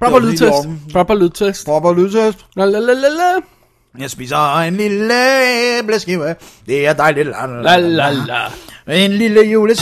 Proper lydtest. La la la la la. Jeg spiser en lille æbleskive. Det er dejligt. La la la. En lille jules.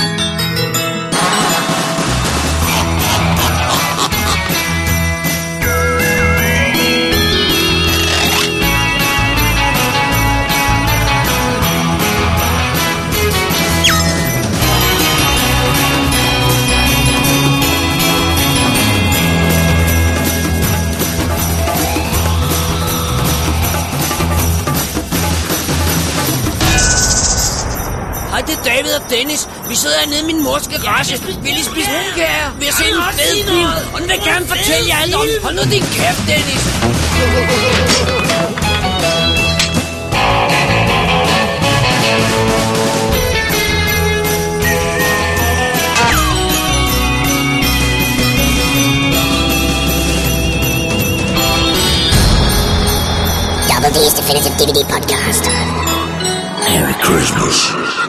Hej, det er David og Dennis. Vi sidder hernede i min mors garage. Vi lige spise brunkager. Vi har set en fed film, og den vil gerne fortælle jer alt om. Hold nu din kæft, Dennis. Double D's Definitive DVD Podcast. Merry Christmas.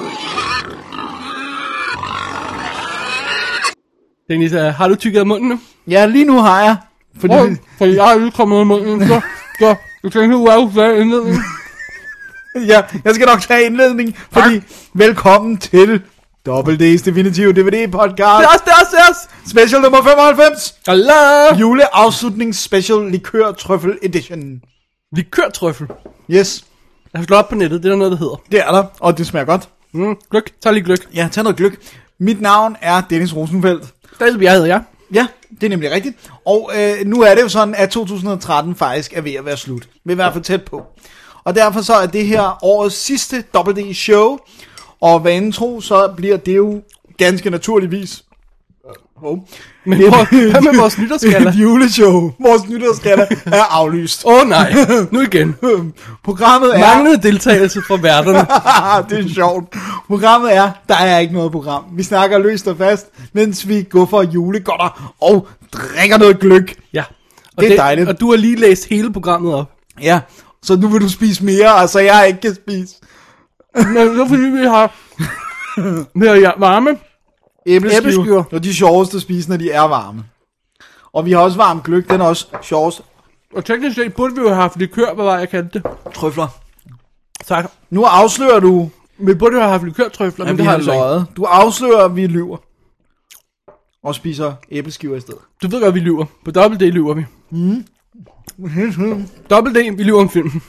Dennis, har du tykket af munden nu? Ja, lige nu har jeg. Fordi jeg har lige kommet af munden. Så du tænker, du er jo færdig indledning. Ja, jeg skal nok tage indledning, fordi velkommen til Double D's Definitive DVD Podcast. Det er os. Special nummer 95. Hallo. Juleafslutnings special likør trøffel edition. Likørtrøffel. Yes, Jeg har slået op på nettet, det er der noget, der hedder. det er der, og det smager godt. Gløk. Tag lige gløk. Ja, tag noget gløk. Mit navn er Dennis Rosenfeldt. Det jeg hedder jeg. Ja, det er nemlig rigtigt. Og nu er det jo sådan, at 2013 faktisk er ved at være slut. Vi er i hvert fald tæt på. Og derfor så er det her årets sidste Double D show. Og vanen tro, så bliver det jo ganske naturligvis... Men hvad med vores nytårsgalla? Et juleshow. Vores nytårsgalla er aflyst. Nej, nu igen. Programmet er... Manglende deltagelse fra værterne. Det er sjovt. Programmet er, der er ikke noget program. Vi snakker løst og fast, mens vi går for julegodter og drikker noget gløgg. Ja. Og det er dejligt. Og du har lige læst hele programmet op. Ja, så nu vil du spise mere, altså jeg ikke kan spise. Men det er fordi, vi har varme æbleskiver. Og de sjoveste at spise, når de er varme. Og vi har også varm gløgg, den er også sjovest. Og teknisk set burde vi jo have haft likør, hvad var jeg kaldte det? Trøfler. Tak. Nu afslører du... Vi burde jo have haft likørtrøfler, men det har jeg ikke. Du afslører, at vi lyver. Og spiser æbleskiver i stedet. Du ved godt, vi lyver. På Double D lyver vi. Double D, vi lyver om filmen.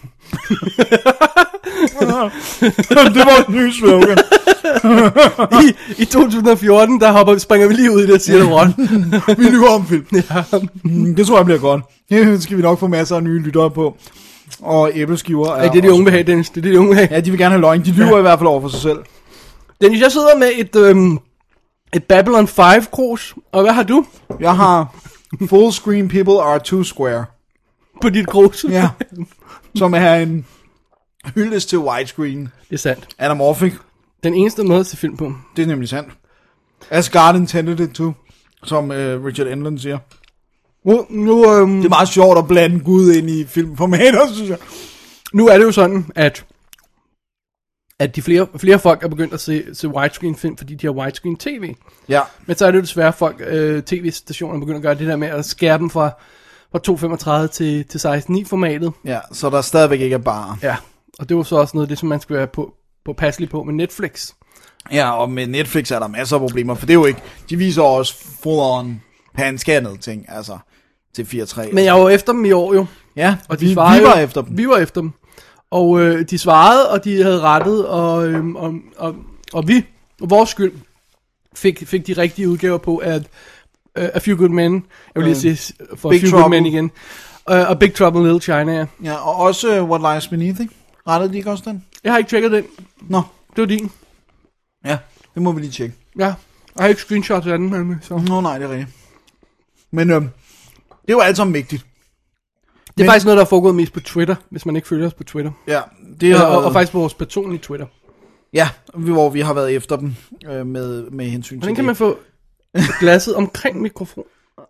Det var et ny slogan. I 2014, der springer vi lige ud i det og siger det rundt. Vi lyver om film. Ja. Det tror jeg bliver godt. Det skal vi nok få masser af nye lyttere på. Og æbleskiver er... Ja, det er de unge vil have, Dennis. Det er de unge vil have. Ja, de vil gerne have løgn. De lyver i hvert fald over for sig selv. Dennis, jeg sidder med et Babylon 5-krus. Og hvad har du? Jeg har Full Screen People Are Too Square. På dit krus? Ja. Som er en hyldest til widescreen. Det er sandt. Anamorphic. Den eneste måde at se film på. Det er nemlig sandt. As God intended it to, som Richard Englund siger. Det er meget sjovt at blande Gud ind i filmformater, synes jeg. Nu er det jo sådan, at de flere folk er begyndt at se widescreen film, fordi de har widescreen tv. Ja. Men så er det jo desværre folk, tv-stationer begynder at gøre det der med at skære dem fra 2.35 til 16.9 formatet. Ja, så der stadigvæk ikke er bare. Ja, og det var så også noget af det, som man skal være påpasselig på med Netflix. Ja, og med Netflix er der masser af problemer, for det er jo ikke, de viser også full-on pan-scannede ting, altså til 4.3. Men jeg var efter dem i år jo. Ja, og vi var efter dem. Vi var efter dem. Og de svarede, og de havde rettet, og vi, vores skyld, fik de rigtige udgaver på, at A Few Good Men, jeg vil lige sige for Big A Few Trouble. Good Men igen, og Big Trouble in Little China, ja. Ja, og også What Lies Beneath, ikke? Rettede de ikke også den? Jeg har ikke tjekket den. Nå. Det var din. Ja, det må vi lige tjekke. Ja, jeg har ikke screenshots af den. Så. Nå nej, det er rigtigt. Men det er jo alt sammen vigtigt. Det er faktisk noget, der er foregået mest på Twitter, hvis man ikke følger os på Twitter. Ja. Det er, og faktisk på vores personlige Twitter. Ja, hvor vi har været efter dem med hensyn til hvordan kan man få glasset omkring mikrofon?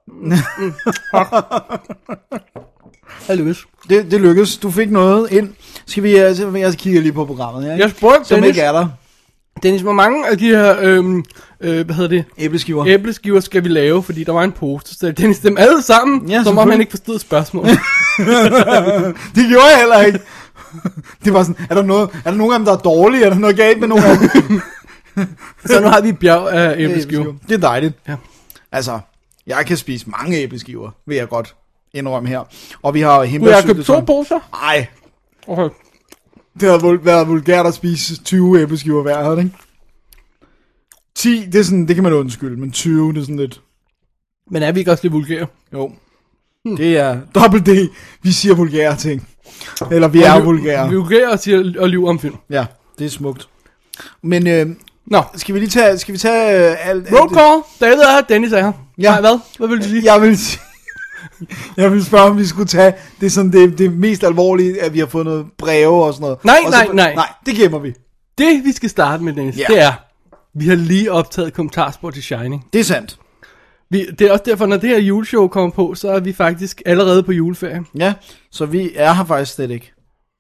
Det lykkes. Det lykkes. Du fik noget ind. Skal vi... Jeg kigger lige på programmet. Ja, jeg spurgte som ikke er der. Dennis, hvor mange af de her, hvad hedder det? Æbleskiver skal vi lave, fordi der var en poster. Så Dennis, dem alle sammen, ja, som om han ikke forstod spørgsmålet. Det gjorde jeg heller ikke. Det var sådan, er der nogen af dem, der er dårlige? Er der noget galt med nogen af dem? Så nu har vi et bjerg af æbleskiver. Det er dejligt. Ja. Altså, jeg kan spise mange æbleskiver, vil jeg godt indrømme her. Og vi har hindbærsyltetøj. Du har købt 2 poser? Nej. Okay. Det havde været vulgært at spise 20 æbleskiver hver, havde det ikke? 10, det er sådan, det kan man undskylde, men 20, det er sådan lidt... Men er vi ikke også lidt vulgære? Jo. Det er dobbelt D. Vi siger vulgære ting. Eller vi er vulgære. Vi er vulgære og siger og lyver om film. Ja, det er smukt. Men, skal vi tage alt... Roll call. David er her, Dennis er her. Ja. Nej, hvad? Hvad vil du sige? Jeg vil spørge, om vi skulle tage det sådan det mest alvorlige, at vi har fået noget breve og sådan noget. Nej. Nej, det gemmer vi. Det vi skal starte med, Dennis, det er, vi har lige optaget kommentarspor til Shining. Det er sandt. Det er også derfor, når det her juleshow kommer på, så er vi faktisk allerede på juleferie. Ja, så vi er her faktisk slet ikke.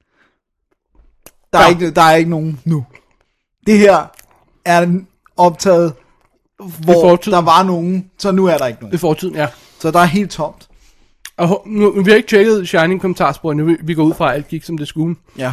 Der er ikke nogen nu. Det her er optaget, hvor der var nogen, så nu er der ikke nogen. Det er fortiden, ja. Så der er helt tomt. Og nu, vi har ikke tjekket Shining kommentarspor nu. Vi går ud fra, at alt gik som det skulle. Ja.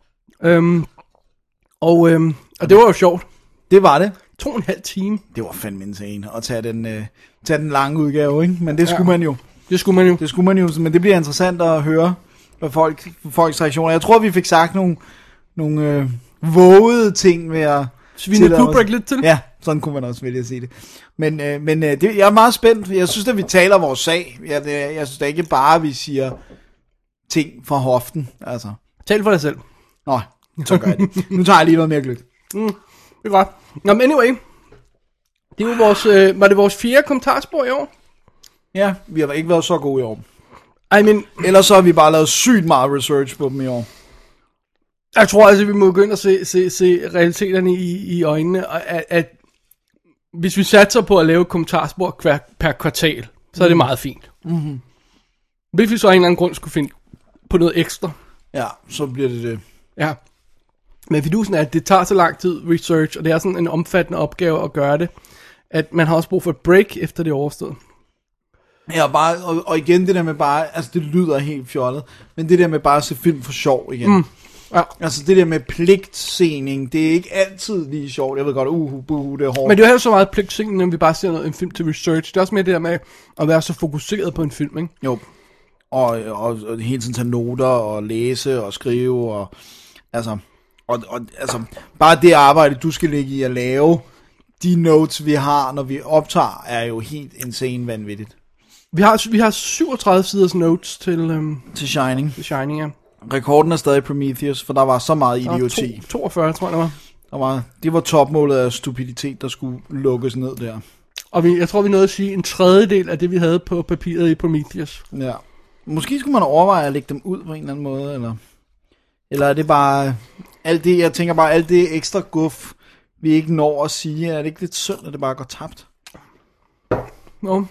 Og det var jo sjovt. Det var det. 2,5 timer. Det var fandme insane at tage den lange udgave, ikke? Men det skulle man jo. Det skulle man jo. Men det bliver interessant at høre, hvad folks reaktioner. Jeg tror, vi fik sagt nogle vågede ting ved at... Svine Kubrick lidt til. Ja, sådan kunne man også vælge at sige det. Men jeg er meget spændt. Jeg synes, at vi taler vores sag. Jeg synes da ikke bare, at vi siger ting fra hoften. Altså. Tal for dig selv. Nå, så gør jeg det. Nu tager jeg lige noget mere gløk. Det er godt. Nå, men anyway. Det var det vores 4. kommentarspor i år? Ja, vi har ikke været så gode i år. Ellers så har vi bare lavet sygt meget research på dem i år. Jeg tror altså, vi må begynde at se realiteterne i øjnene, at hvis vi satser på at lave et kommentarspor per kvartal, så er det meget fint. Mm-hmm. Hvis vi så af en eller anden grund skulle finde på noget ekstra. Ja, så bliver det. Ja. Men fidusen er, at det tager så lang tid research, og det er sådan en omfattende opgave at gøre det, at man har også brug for et break efter det overstået. Ja, og igen det der med bare, altså det lyder helt fjollet, men det der med bare at se film for sjov igen. Ja. Altså det der med pligtsening, det er ikke altid lige sjovt. Jeg ved godt, det er hårdt. Men det er jo så meget pligtsening, når vi bare ser en film til research. Det er også med det der med at være så fokuseret på en film, ikke? Jo. Og hele tiden tage noter og læse og skrive og altså bare det arbejde du skal lægge i at lave de notes vi har når vi optager er jo helt insane vanvittigt. Vi har 37 siders notes til Shining. Til Shining, ja. Rekorden er stadig Prometheus, for der var så meget idioti. 42, tror jeg, det var. Det var topmålet af stupiditet, der skulle lukkes ned der. Og jeg tror, vi nåede at sige en tredjedel af det, vi havde på papiret i Prometheus. Ja. Måske skulle man overveje at lægge dem ud på en eller anden måde, eller er det bare alt det, jeg tænker bare, alt det ekstra guf, vi ikke når at sige, er det ikke lidt synd, at det bare går tabt? Jo.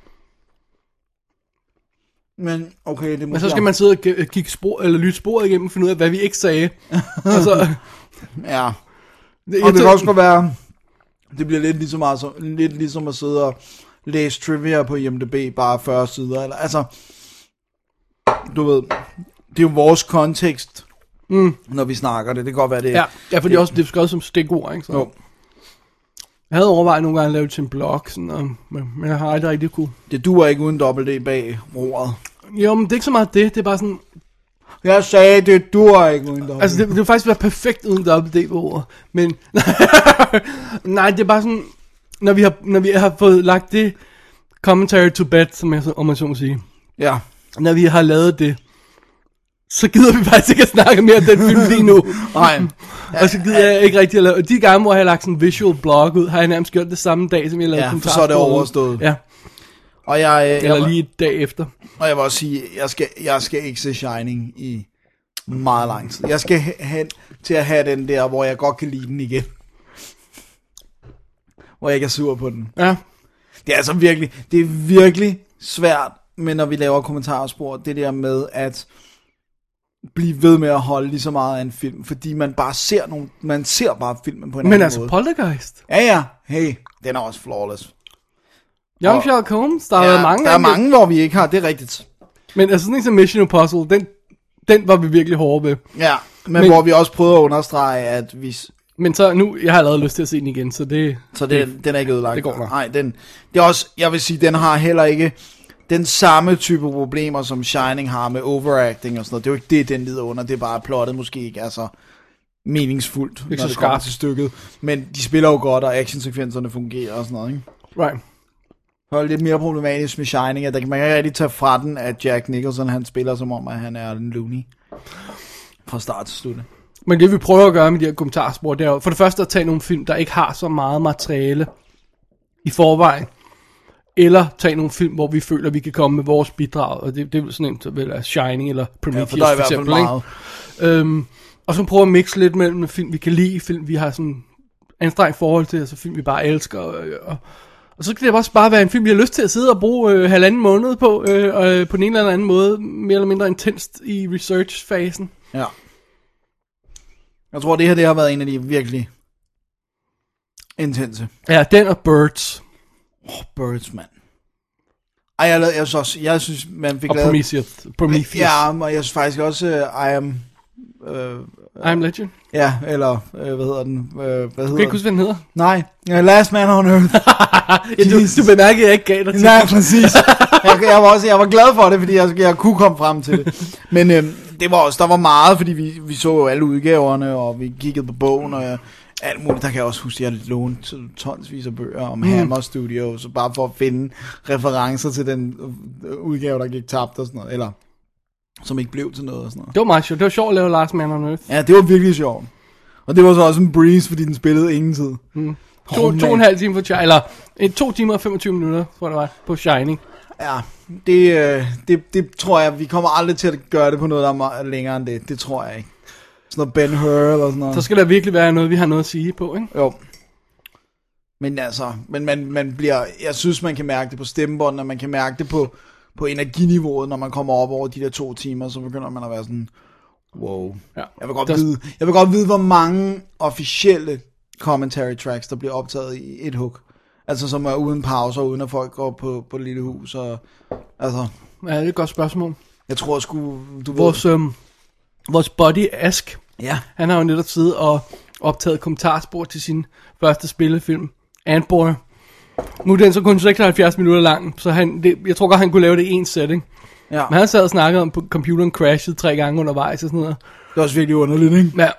Men okay, det må. Men så skal man sidde og kigge lytte sporet igennem og finde ud af, hvad vi ikke sagde. Altså, ja. Og det kan også godt være, det bliver lidt ligesom at sidde og læse trivia på IMDb, bare 40 sider. Eller, altså, du ved, det er jo vores kontekst, når vi snakker det. Det kan godt være det. Ja, for det er også det er skrevet som stikord, ikke? Så. Jo. Jeg havde overvejet nogle gange at lave det til en blog, sådan, men jeg har aldrig rigtig kunne. Det duer ikke uden dobbelt D bag roret. Jo, men det er ikke så meget det. Det er bare sådan... Jeg sagde, det duer ikke uden dobbelt D. Altså, det vil faktisk være perfekt uden dobbelt D på roret. Men... Nej, det er bare sådan... Når vi har fået lagt det commentary to bed, som jeg om man så må sige. Ja. Når vi har lavet det, så gider vi faktisk ikke at snakke mere om den film lige nu. Nej. Og så gider jeg ikke rigtig at lave... De gange, hvor jeg har lagt sådan en visual blog ud, har jeg nærmest gjort det samme dag, som jeg lavede kommentar. Ja, så er det overstået. Ja. Og eller lige et dag efter. Og jeg vil også sige, jeg skal ikke se Shining i meget lang tid. Jeg skal hen til at have den der, hvor jeg godt kan lide den igen. Hvor jeg ikke er sur på den. Ja. Det er altså virkelig svært, men når vi laver kommentarspor, det der med, at blive ved med at holde lige så meget af en film, fordi man bare ser bare filmen på en anden Men altså, måde. Poltergeist. Ja, hey, den er også flawless. Young Sherlock Holmes, der har været mange. Der er mange, hvor vi ikke har, det er rigtigt. Men altså sådan en som Mission Impossible, den var vi virkelig hårde ved. Ja, men hvor vi også prøvede at understrege, at vi... Men så nu, jeg har allerede lyst til at se den igen, så det... Så den er ikke ødelagt. Det går nok. Nej, det er også, jeg vil sige, den har heller ikke den samme type problemer, som Shining har med overacting og sådan noget. Det er jo ikke det, den lider under. Det er bare, at plottet måske ikke er så meningsfuldt, ikke når så det kommer skarpt til stykket. Men de spiller jo godt, og actionsekvenserne fungerer og sådan noget, ikke? Right. Det er lidt mere problematisk med Shining, at man kan ikke rigtig tage fra den, at Jack Nicholson, han spiller som om, at han er en loony. Fra start til slut. Men det vi prøver at gøre med de her kommentarspor, det er jo for det første at tage nogle film, der ikke har så meget materiale i forvejen. Eller tage nogle film, hvor vi føler, at vi kan komme med vores bidrag. Og det er sådan en, så vel er Shining eller Prometheus, ja, for der er i hvert fald meget. Og så prøve at mixe lidt mellem film, vi kan lide, film, vi har sådan anstrengt forhold til, altså film, vi bare elsker. Og så kan det også bare være en film, vi har lyst til at sidde og bruge halvanden måned på, på den ene eller anden måde, mere eller mindre intenst i research-fasen. Ja. Jeg tror, det har været en af de virkelig intense. Ja, den og Birds. Birds, mand. Ej, jeg synes, man fik og lavet... Prometheus. Ja, og jeg synes faktisk også, I Am Legend. Ja, eller, hvad hedder den? Hvad hedder kan ikke huske, hvad den hedder. Nej, Last Man on Earth. Ja, du bemærkede, jeg ikke gav dig til. Nej, præcis. Jeg var glad for det, fordi jeg kunne komme frem til det. Men det var også, der var meget, fordi vi så jo alle udgaverne, og vi kiggede på bogen, og alt muligt. Der kan jeg også huske, at jeg lånte tonsvis af bøger om Hammer Studios, så bare for at finde referencer til den udgave, der gik tabt og sådan noget, eller som ikke blev til noget og sådan noget. Det var meget sjovt. Det var sjovt at lave Last Man on Earth. Ja, det var virkelig sjovt. Og det var så også en breeze, fordi den spillede ingen tid. 2,5 timer for Shining, eller 2 timer og 25 minutter, tror jeg det var, på Shining. Ja, det tror jeg, vi kommer aldrig til at gøre det på noget, der er meget længere end det. Det tror jeg ikke. Sådan noget Ben Hur eller sådan noget. Så skal der virkelig være noget, vi har noget at sige på, ikke? Jo. Men altså, man bliver, jeg synes, man kan mærke det på stemmebåndene, man kan mærke det på energiniveauet, når man kommer op over de der 2 timer, så begynder man at være sådan, wow. Ja. Jeg vil godt vide, hvor mange officielle commentary tracks, der bliver optaget i et hug. Altså som er uden pauser, uden at folk går på det lille hus. Og, altså, ja, det er et godt spørgsmål. Jeg tror sgu, vores buddy Ask, ja. Han har jo netop siddet og optaget kommentarspor til sin første spillefilm, Antboy. Nu er den så kun 76 minutter lang, så jeg tror godt, han kunne lave det i en setting. Ja. Men han sad og snakkede om, at computeren crashede 3 gange undervejs og sådan noget. Det er også virkelig underligt, ikke? Ja.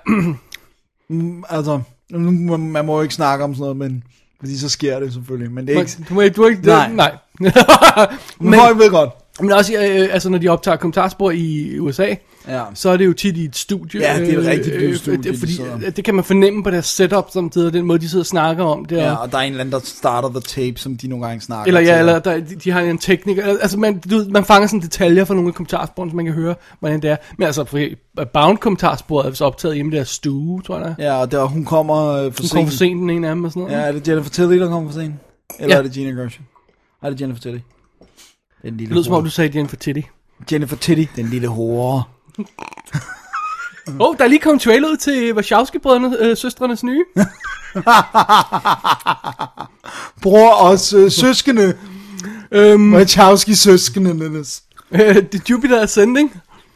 Altså, man må jo ikke snakke om sådan noget, men fordi så sker det selvfølgelig. Men det er ikke... Du er ikke... Nej. Men folk ved godt. Men også, altså når de optager kommentarspor i USA, ja. Så er det jo tit i et studie. Ja, det er et rigtig dyrt studie. Fordi det kan man fornemme på deres setup samtidig, den måde de sidder og snakker om det. Ja, og der er en eller anden, der starter the tape, som de nogle gange snakker eller, til. Ja, eller de har en teknik. Altså man fanger sådan detaljer fra nogle af kommentarsporene, så man kan høre, hvordan det er. Men altså, Bound-kommentarsporet er så optaget hjemme der stue, tror jeg. Ja, og hun kommer for sent. Hun kommer for sent, den ene af dem og sådan noget. Ja, er det Jennifer Tilly, der kommer for sent? Eller er det Gina Gershon? Er det Jennifer Tilly? Det lyder som om du sagde Jennifer Tilly. Jennifer Tilly, den lille hore. Der er lige kommet trailer ud til Wachowski-brødrene, søstrenes nye. Bror og søskende. Wachowski-søskende. The Jupiter Ascending.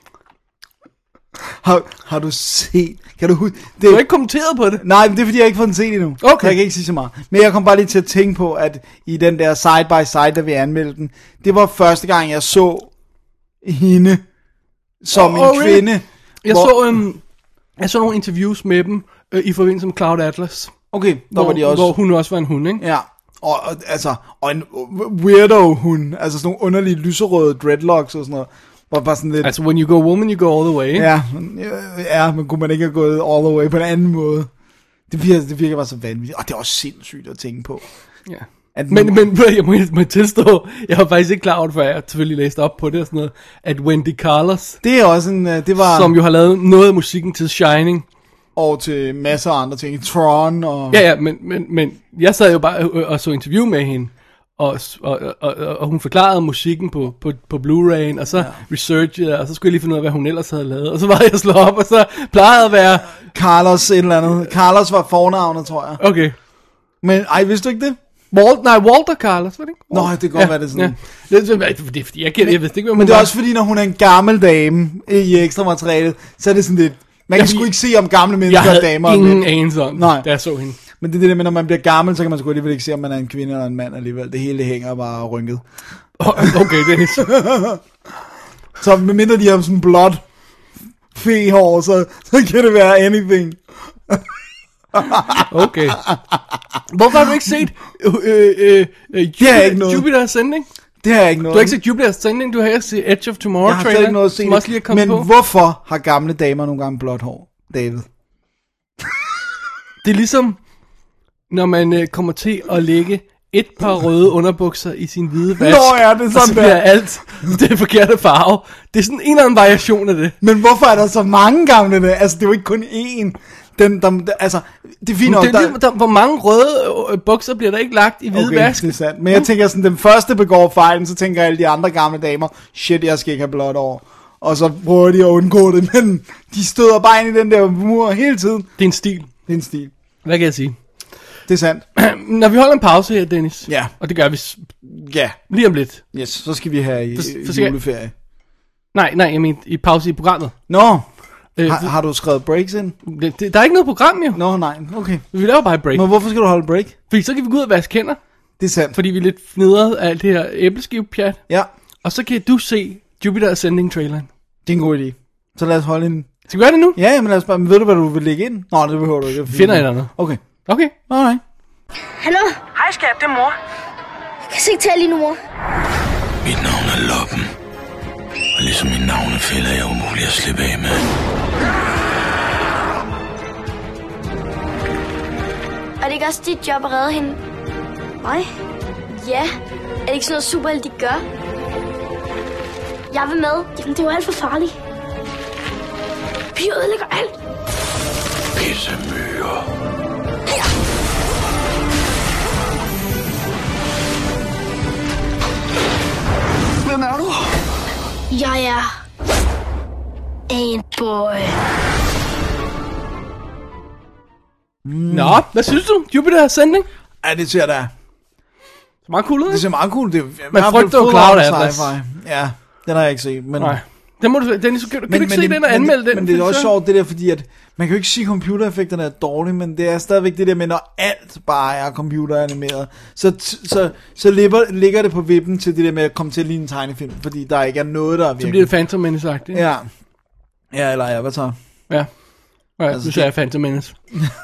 Har du set? Kan du huske? Du har ikke kommenteret på det. Nej, men det er fordi jeg ikke fået den set endnu. Okay. Jeg kan ikke sige så meget. Men jeg kom bare lige til at tænke på, at i den der side by side, der vi anmeldte den, det var første gang jeg så hende som en kvinde. Jeg så nogle interviews med dem i forbindelse med Cloud Atlas. Okay, der var de også. Hvor hun også var en hund, ikke? Ja. Og en weirdo hund. Altså sådan nogle underlige lyserøde dreadlocks og sådan noget. Bare sådan lidt... Altså, when you go woman, you go all the way. Ja, men kunne man ikke have gået all the way på en anden måde? Det virker bare så vanvittigt. Og det er også sindssygt at tænke på. Ja. Men jeg må tilstå, jeg var faktisk ikke klar over det, før jeg selvfølgelig læste op på det og sådan noget, at Wendy Carlos, det er også en, det var... som jo har lavet noget af musikken til Shining. Og til masser af andre ting, Tron og... Ja, men jeg sad jo bare og så interview med hende, og hun forklarede musikken på Blu-ray'en, og så researchede jeg, og så skulle jeg lige finde ud af, hvad hun ellers havde lavet, og så var jeg slået op, og så plejede at være... Carlos et eller andet. Carlos var fornavnet, tror jeg. Okay. Men, vidste du ikke det? Walter Carlos, var det ikke? Nå, det kan godt være det sådan. Ja. Det er fordi, jeg vidste ikke, hvad hun Men det er også fordi, når hun er en gammel dame i ekstra materialet, så er det sådan lidt... Man kan sgu ikke se, om gamle mennesker og damer... Jeg havde ingen anelse om, da jeg så hende. Men det er det med, når man bliver gammel, så kan man sgu alligevel ikke se, om man er en kvinde eller en mand alligevel. Det hele hænger bare rynket. Okay, Dennis. Så medmindre de har sådan blåt fe-hår, så kan det være anything. Okay. Hvorfor har du ikke set Jupiter Ascending? Det har jeg ikke noget. Du har ikke set Jupiter Ascending, du har ikke set Edge of Tomorrow trailer. Jeg har ikke noget at se også lige men på. Hvorfor har gamle damer nogle gange blåt hår, David? Det er ligesom, når man kommer til at lægge et par røde underbukser i sin hvide vask. Nå ja, det er sådan og så bliver alt det forkerte farve. Det er sådan en eller anden variation af det. Men hvorfor er der så mange gamle der? Altså, det er jo ikke kun én. Altså, det er fint nok. Hvor mange røde bukser bliver der ikke lagt i hvide vask? Det er sandt. Men jeg tænker sådan, den første begår fejlen, så tænker alle de andre gamle damer, shit, jeg skal ikke have blåt over. Og så prøver de at undgå det, men de støder bare ind i den der mur hele tiden. Det er en stil. Det er en stil. Hvad kan jeg sige? Det er sandt. Når vi holder en pause her, Dennis. Ja. Og det gør vi lige om lidt. Yes, så skal vi have juleferie. Nej, jeg mener i pause i programmet. Nå. Har du skrevet breaks ind? Der er ikke noget program jo. Nå, nej, okay. Vi laver bare et break. Men hvorfor skal du holde break? Fordi så kan vi gå ud og vaske hænder. Det er sandt. Fordi vi er lidt fnidret af alt det her æbleskivepjat. Ja. Og så kan du se Jupiter Ascending traileren. Det er en god idé. Så lad os holde en... Skal vi gøre det nu? Ja, men lad os bare... Men ved du, hvad du vil lægge ind? Nå, det behøver du ikke. Finder et eller andet. Okay. Okay. Alright. Hallo? Hej skat, det er mor. Jeg kan ikke tale lige nu, mor. Mit navn er Loppen. Og ligesom min navnefælde er jeg umulig at slippe af med. Er det ikke også dit job at redde hende? Nej. Ja. Er det ikke sådan noget superhelt, de gør? Jeg vil med. Jamen, det er jo alt for farligt. Pige ødelægger alt. Pissemyrer. Hvem er du? Jeg er... Antboy. Nå, hvad synes du? Jupiter Ascending? Ja, det ser da... Det er meget cool ud, Det ser meget cool. Det er, man frygter jo Cloud Atlas. Ja, den har jeg ikke set, men... Nej. Den må du, Dennis, kan du ikke se den og anmelde den? Men det er også sjovt det der, fordi at... Man kan jo ikke sige, at computereffekterne er dårlige, men det er stadigvæk det der med, når alt bare er computeranimeret. Så ligger det på vippen til det der med at komme til at ligne en tegnefilm, fordi der ikke er noget, der er virkelig. Så bliver det Phantom Menace-agtigt. Ja. Ja, eller Avatar. Ja. Ja, altså, nu siger jeg Phantom Menace.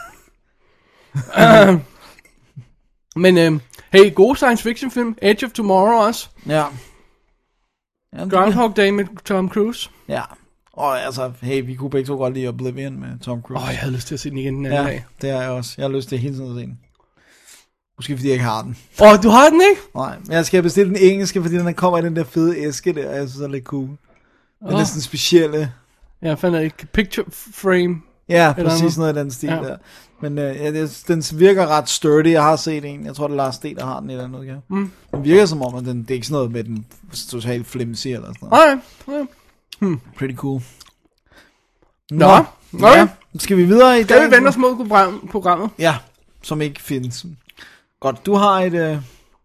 Men hey, god science fiction film. Edge of Tomorrow også. Ja. Groundhog Day med Tom Cruise. Ja. Og altså, hey, vi kunne begge så godt lide Oblivion med Tom Cruise. Jeg havde lyst til at se den igen den anden dag. Det har jeg også. Jeg har lyst til hele tiden at se den. Måske fordi jeg ikke har den. Du har den ikke? Nej, men jeg skal bestille den engelske, fordi den kommer i den der fede æske der, og jeg synes, det er lidt cool. Den er sådan specielle. Ja, fandt ikke. Picture frame. Ja, præcis noget i den stil der. Men den virker ret sturdy. Jeg har set en. Jeg tror, det er Lars D, der har den i den udgave. Den virker som om, at det er ikke sådan noget med den totalt flimsy eller sådan noget. Nej. Pretty cool. Nå. Ja. Skal vi videre i dag? Skal vi vende os mod programmet? Ja, som ikke findes. Godt, du har et...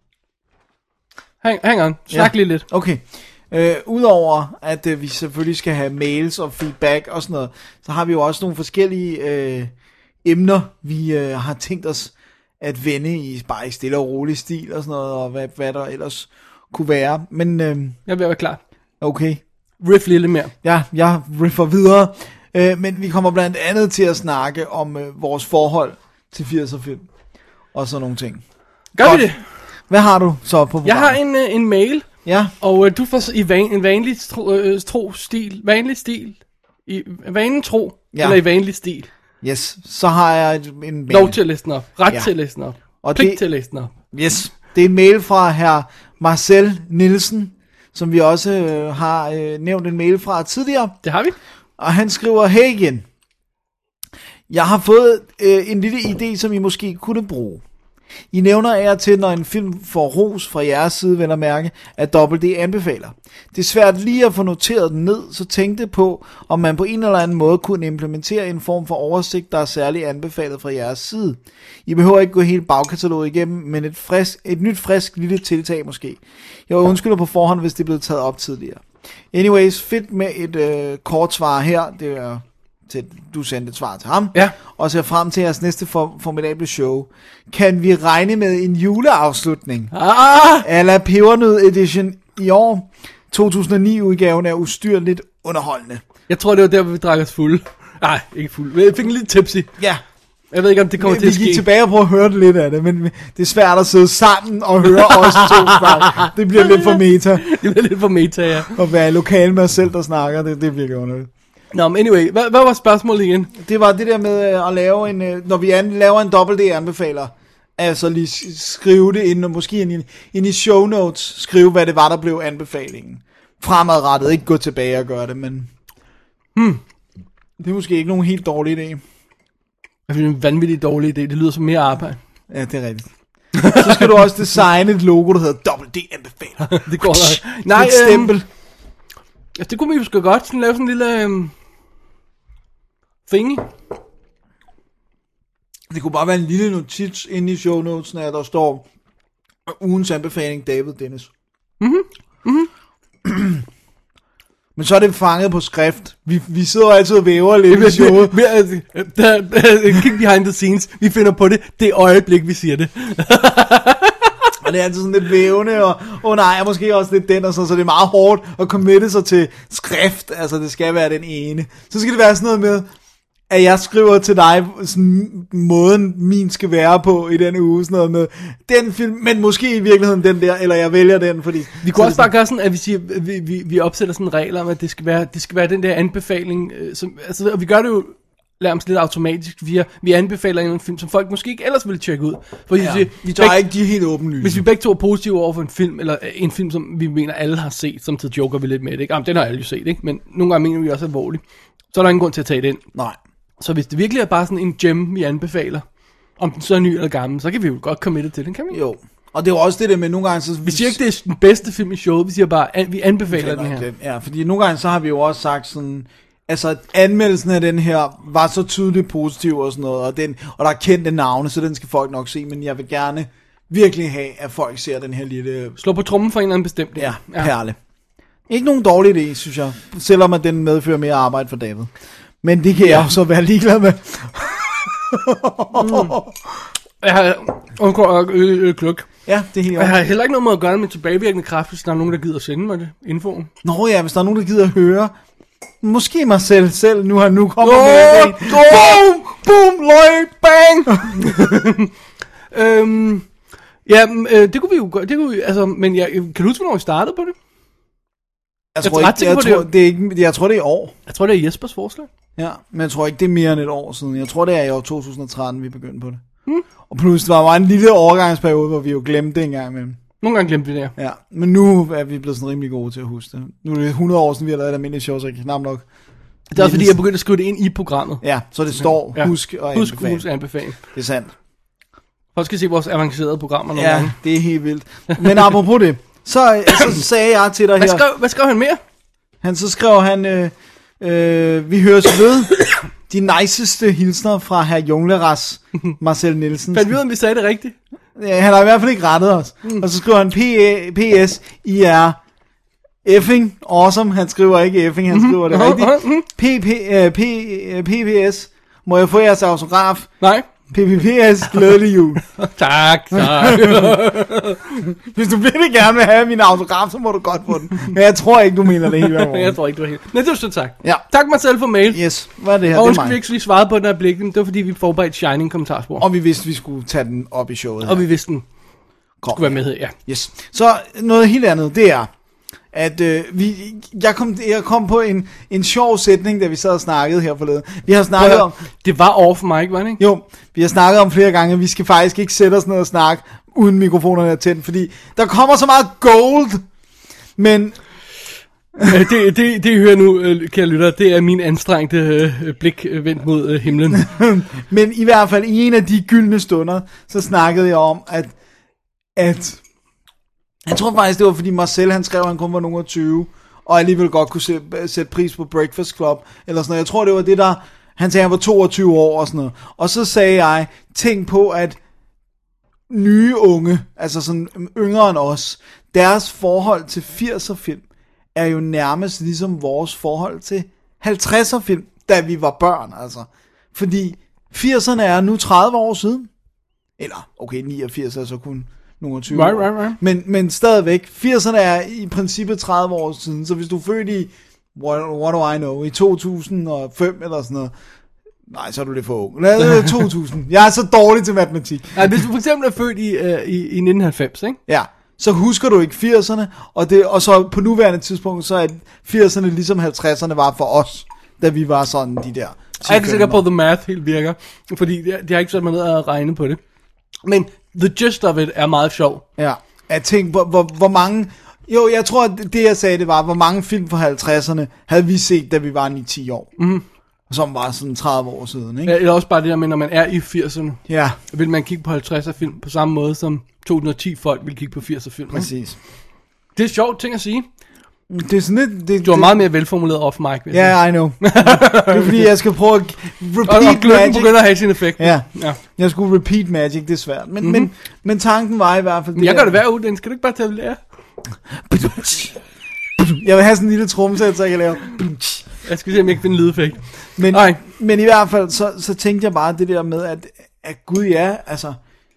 Hang on. Snak lige lidt. Okay. Udover at vi selvfølgelig skal have mails og feedback og sådan noget, så har vi jo også nogle forskellige emner, vi har tænkt os at vende i bare i stille og rolig stil og sådan noget, og hvad der ellers kunne være. Men jeg vil være klar. Okay. Riff lidt mere. Ja, jeg riffer videre. Men vi kommer blandt andet til at snakke om vores forhold til 80'er film og sådan nogle ting. Gør vi det? Hvad har du så på programmet? Jeg har en mail. Ja. Og du får en vanlig stil. Vanlig stil. I vanen tro. Ja. Eller i vanlig stil. Yes. Så har jeg en mail. Lov til at læse den op. Ret til at læse den op. Og pligt til at læse den op. Yes. Det er en mail fra hr. Marcel Nielsen, som vi også har nævnt en mail fra tidligere. Det har vi. Og han skriver, hey igen. Jeg har fået en lille idé, som I måske kunne bruge. I nævner af og til, når en film får ros fra jeres side, vel at mærke, at WD anbefaler. Det er svært lige at få noteret den ned, så tænkte på, om man på en eller anden måde kunne implementere en form for oversigt, der er særligt anbefalet fra jeres side. I behøver ikke gå hele bagkataloget igennem, men et nyt frisk lille tiltag måske. Jeg undskylder på forhånd, hvis det er blevet taget op tidligere. Anyways, fedt med et kort svar her. Det er til, du sendte et svar til ham. Ja. Og ser frem til jeres næste formidable show. Kan vi regne med en juleafslutning? A la Pebernød Edition i år. 2009-udgaven er ustyrligt underholdende. Jeg tror, det var der, hvor vi drak os fulde. Nej, ikke fuld. Jeg fik en lille tipsy. Ja. Jeg ved ikke, om det kommer til at ske. Vi gik tilbage og prøvede at høre lidt af det, men det er svært at sidde sammen og høre os to snakke. Det bliver lidt for meta. Det bliver lidt for meta, ja. At være lokal med os selv, der snakker, det virker underligt. Nå, men anyway, hvad var spørgsmålet igen? Det var det der med at lave en, når vi laver en WD-anbefaler, altså lige skrive det ind, og måske ind i show notes, skrive, hvad det var, der blev anbefalingen. Fremadrettet, ikke gå tilbage og gøre det, men det er måske ikke nogen helt dårlig idé. Jeg synes, det er en vanvittig dårlig idé. Det lyder som mere arbejde. Ja, det er rigtigt. Så skal du også designe et logo, der hedder WD-anbefaler. Det går nok. Nej, et stempel. Altså, det kunne vi måske godt lave sådan en lille finge. Det kunne bare være en lille notits inde i show notesen, der står ugens anbefaling David Dennis. Men så er det fanget på skrift. Vi sidder altid og væver lidt i showet. Kig behind the scenes. Vi finder på det øjeblik, vi siger det. Og det er altid sådan lidt vævende, og nej, måske også lidt den, og så det er meget hårdt at committe sig til skrift. Altså, det skal være den ene. Så skal det være sådan noget med, at jeg skriver til dig sådan måden min skal være på i den uge, sådan noget med den film, men måske i virkeligheden den der, eller jeg vælger den, fordi... Vi kunne også bare gøre sådan, at vi siger, vi opsætter sådan regler om, at det skal være den der anbefaling, altså, og vi gør det jo nærmest lidt automatisk, vi anbefaler en film, som folk måske ikke ellers ville tjekke ud. Fordi vi tager ikke de helt åbenlyse. Hvis vi begge to er positive over for en film, eller en film, som vi mener alle har set, samtidig joker vi lidt med det, ikke? Jamen, den har alle jo set, ikke? Men nogle gange mener vi også alvorligt. Så er der ingen grund til at tage det ind. Nej. Så hvis det virkelig er bare sådan en gem, vi anbefaler, om den så er ny eller gammel, så kan vi jo godt committe til den, kan vi? Jo. Og det er jo også det der med nogle gange... Så vi siger ikke, det er den bedste film i showet, vi siger bare, at vi anbefaler den her. Ja, fordi nogle gange så har vi jo også sagt sådan... Altså, at anmeldelsen af den her var så tydeligt positiv og sådan noget, og der er kendte navne, så den skal folk nok se, men jeg vil gerne virkelig have, at folk ser den her lille... Slå på trommen for en eller anden bestemt. Ja, perle. Ikke nogen dårlig idé, synes jeg, selvom at den medfører mere arbejde for David. Men det kan jeg jo så være ligeglad med. Jeg har kluk. Ja, det er helt jeg har heller ikke noget med at gøre med tilbagevirkende kraft, hvis der er nogen, der gider at sende mig det infoen. Nå ja, hvis der er nogen, der gider at høre. Måske mig selv nu har nu kommet med det. Boom, løg, bang! Det kunne vi jo gøre, altså, men kan du huske, hvornår vi startede på det? Jeg tror det er i år. Jeg tror det er Jespers forslag. Ja, men jeg tror ikke det er mere end et år siden. Jeg tror det er i år 2013 vi begyndte på det. Og pludselig var der en lille overgangsperiode, hvor vi jo glemte det engang imellem. Nogle gange glemte vi det, ja. Men nu er vi blevet sådan rimelig gode til at huske det. Nu er det 100 år siden vi har lavet et almindeligt show, så jeg kan knap nok. Det er også fordi jeg begyndte at skrive det ind i programmet. Ja, så det står husk og anbefale. Det er sandt. Folk skal se vores avancerede programmer nogle gange. Det er helt vildt. Men apropos det, så sagde jeg til dig her... Hvad skrev han mere? Så skrev han, vi høres ved de niceste hilsner fra herr Jungleras, Marcel Nielsen. Fandt vi ud af, om vi sagde det rigtigt? Ja, han har i hvert fald ikke rettet os. Og så skriver han PS, I er effing awesome. Han skriver ikke effing, han skriver det rigtigt. PPS, må jeg få jeres autograf? Nej. PPPS, glædelig jul. Tak. Hvis du virkelig gerne vil have min autograf, så må du godt få den. Men jeg tror ikke, du mener det helt. Jeg tror ikke, du er helt. Men det er så tak. Ja. Tak mig selv for mail. Yes, hvad er det her? Og undskyld, vi ikke lige svarede på den her blik. Det var fordi, vi forberedte Shining kommentarspor. Og vi vidste, vi skulle tage den op i showet. Og vi vidste, den skulle være med, ja. Yes. Så noget helt andet, det er, at jeg kom på en sjov sætning, da vi sad og snakkede her forleden. Vi har snakket om... Det var over for mig, ikke, var det ikke? Jo, vi har snakket om flere gange, at vi skal faktisk ikke sætte os ned og snakke, uden mikrofonerne er tændt, fordi der kommer så meget gold, men Det I hører nu, kære lytter, det er min anstrengte blik vendt mod himlen. Men i hvert fald i en af de gyldne stunder, så snakkede jeg om, at jeg tror faktisk, det var fordi Marcel, han skrev, at han kun var nogen af 20, og alligevel godt kunne sætte pris på Breakfast Club, eller sådan noget. Jeg tror, det var det der, han sagde, han var 22 år og sådan noget. Og så sagde jeg, tænk på, at nye unge, altså sådan yngre end os, deres forhold til 80'er film, er jo nærmest ligesom vores forhold til 50'er film, da vi var børn, altså. Fordi 80'erne er nu 30 år siden. Eller, okay, 89 er så kun nogle 20 år. Right. Men stadigvæk, 80'erne er i princippet 30 år siden, så hvis du er født i, what do I know, i 2005 eller sådan noget, nej, så er du lidt for ung. Lad det 2000. Jeg er så dårlig til matematik. Nej, hvis du for eksempel er født i 1990, ikke? Ja, så husker du ikke 80'erne, og så på nuværende tidspunkt, så er 80'erne ligesom 50'erne var for os, da vi var sådan de der. Jeg er ikke sikker på, at the math helt virker, fordi det har ikke sat mig ned at regne på det. Men the gist of it er meget sjov. Ja, jeg tænkte på, hvor mange... Jo, jeg tror, at det jeg sagde, det var, hvor mange film fra 50'erne havde vi set, da vi var 9-10 år. Mm-hmm. Som var sådan 30 år siden, ikke? Ja, eller også bare det der med, når man er i 80'erne. Ja. Vil man kigge på 50'er film på samme måde, som 2010 folk vil kigge på 80'er film. Præcis. Det er sjovt ting at sige. Det er sådan lidt... Du var meget mere velformuleret off mic. Ja, yeah, I know. Det er fordi, jeg skal prøve at repeat og magic. Begynder at have sin effekt. Ja. Jeg skulle repeat magic, det er svært. Men tanken var i hvert fald... Jeg gør det hver uge, den skal du ikke bare tage at lære. Jeg vil have sådan en lille trommesæt, så jeg kan lave... Jeg skal se, om jeg kan finde en lydeffekt. Men i hvert fald, så tænkte jeg bare det der med, at gud ja, altså...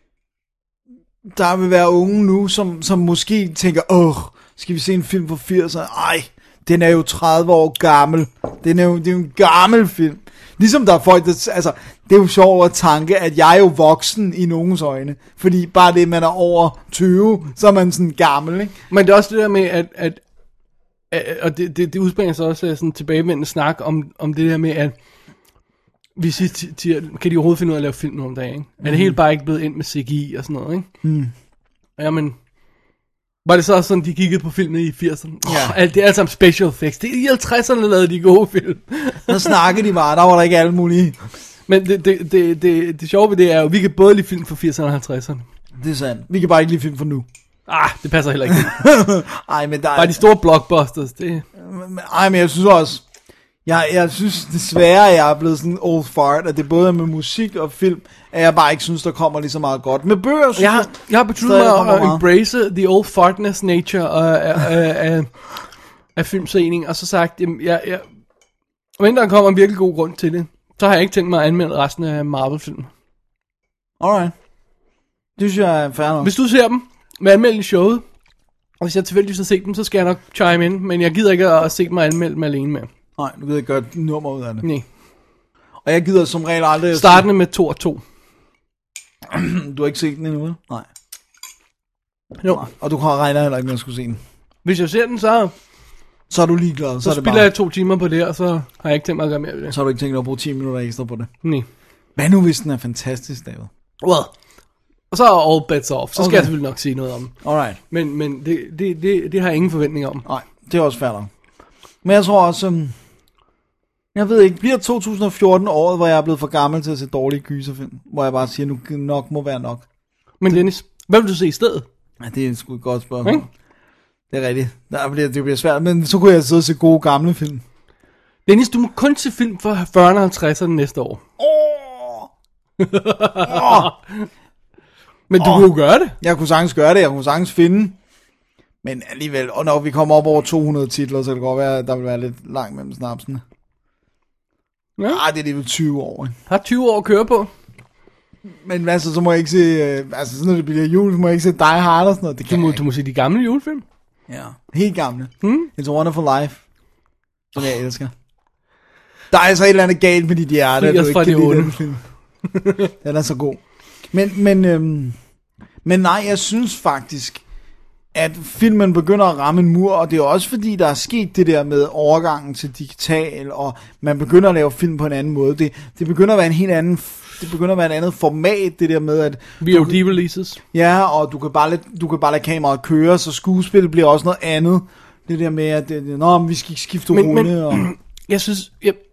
Der vil være unge nu, som måske tænker, skal vi se en film fra 80'erne? Ej, den er jo 30 år gammel. Det er jo en gammel film. Ligesom der er folk, altså, det er jo sjovt at tanke, at jeg er jo voksen i nogens øjne. Fordi bare det, man er over 20, så er man sådan gammel, ikke? Men det er også det der med, at og det udspringer så også af sådan tilbagevendende snak om det der med, at vi siger, kan de overhovedet finde ud af at lave film nu om dagen, ikke? Er det helt bare ikke blevet ind med CGI og sådan noget, ikke? Jamen, var det så også sådan, de kiggede på filmene i 80'erne? Ja. Det er alt sammen special effects. Det er i 50'erne lavede de gode film. Der snakkede de bare, der var der ikke alle mulige. Men det sjove ved det er jo, vi kan både lide film fra 80'erne og 50'erne. Det er sandt. Vi kan bare ikke lide film for nu. Det passer heller ikke. Ej, men der er... Bare de store blockbusters, det... Men jeg synes også... Jeg synes desværre, at jeg er blevet sådan old fart, at det både er med musik og film, at jeg bare ikke synes, der kommer lige så meget godt. Med bøger, synes jeg har besluttet mig at embrace the old fartness nature af filmsening, og så sagt, men der kommer en virkelig god grund til det, så har jeg ikke tænkt mig at anmelde resten af Marvel-filmen. Alright. Det synes jeg er fair nok. Hvis du ser dem, med anmelde i showet, og hvis jeg tilfældigvis har set dem, så skal jeg nok chime in, men jeg gider ikke at se dem og anmelde dem alene med. Nej, du gider ikke gøre et nummer ud af det. Nej. Og jeg gider som regel aldrig... Startende med 2 og 2. Du har ikke set den endnu, Nej. Jo. Nej. Og du kan regne heller ikke med at skulle se den. Hvis jeg ser den, så er du ligeglad. Så spiller jeg 2 timer på det, og så har jeg ikke tænkt mig at gøre mere ved det. Så har du ikke tænkt dig at bruge 10 minutter ekstra på det. Nej. Hvad nu, hvis den er fantastisk, David? Well. Og så er all bets off. Så skal jeg selvfølgelig nok sige noget om. Alright. Men det har jeg ingen forventning om. Nej, det er også fair nok. Men jeg tror også, jeg ved ikke, bliver 2014 året, hvor jeg er blevet for gammel til at se dårlige gyserfilm? Hvor jeg bare siger, nu nok må være nok. Men Dennis, hvad vil du se i stedet? Ja, det er sgu et godt spørgsmål. Det er rigtigt. Det bliver svært, men så kunne jeg sidde og se gode gamle film. Dennis, du må kun se film fra 40'erne og 50'erne næste år. Men du kunne jo gøre det. Jeg kunne sagtens gøre det, jeg kunne sagtens finde. Men alligevel, og når vi kommer op over 200 titler, så kan det godt være, at der vil være lidt langt mellem snapsene. Ja. Det er alligevel 20 år. Ikke? Har 20 år at køre på. Men altså, så må jeg ikke se, altså sådan når det bliver jul, så må jeg ikke se Die Hard og sådan noget. Det du må se de gamle julefilm. Ja, helt gamle. It's a Wonderful Life, som jeg elsker. Der er altså et eller andet galt med dit hjerte, at du ikke kan lide den film. Den er så god. Men nej, jeg synes faktisk, at filmen begynder at ramme en mur, og det er også fordi, der er sket det der med overgangen til digital, og man begynder at lave film på en anden måde. Det begynder at være en helt anden, det begynder at være et andet format, det der med, at... VOD-releases. Ja, og du kan bare lade kameraet køre, så skuespil bliver også noget andet. Det der med, at vi skal ikke skifte runde. Og... Jeg synes,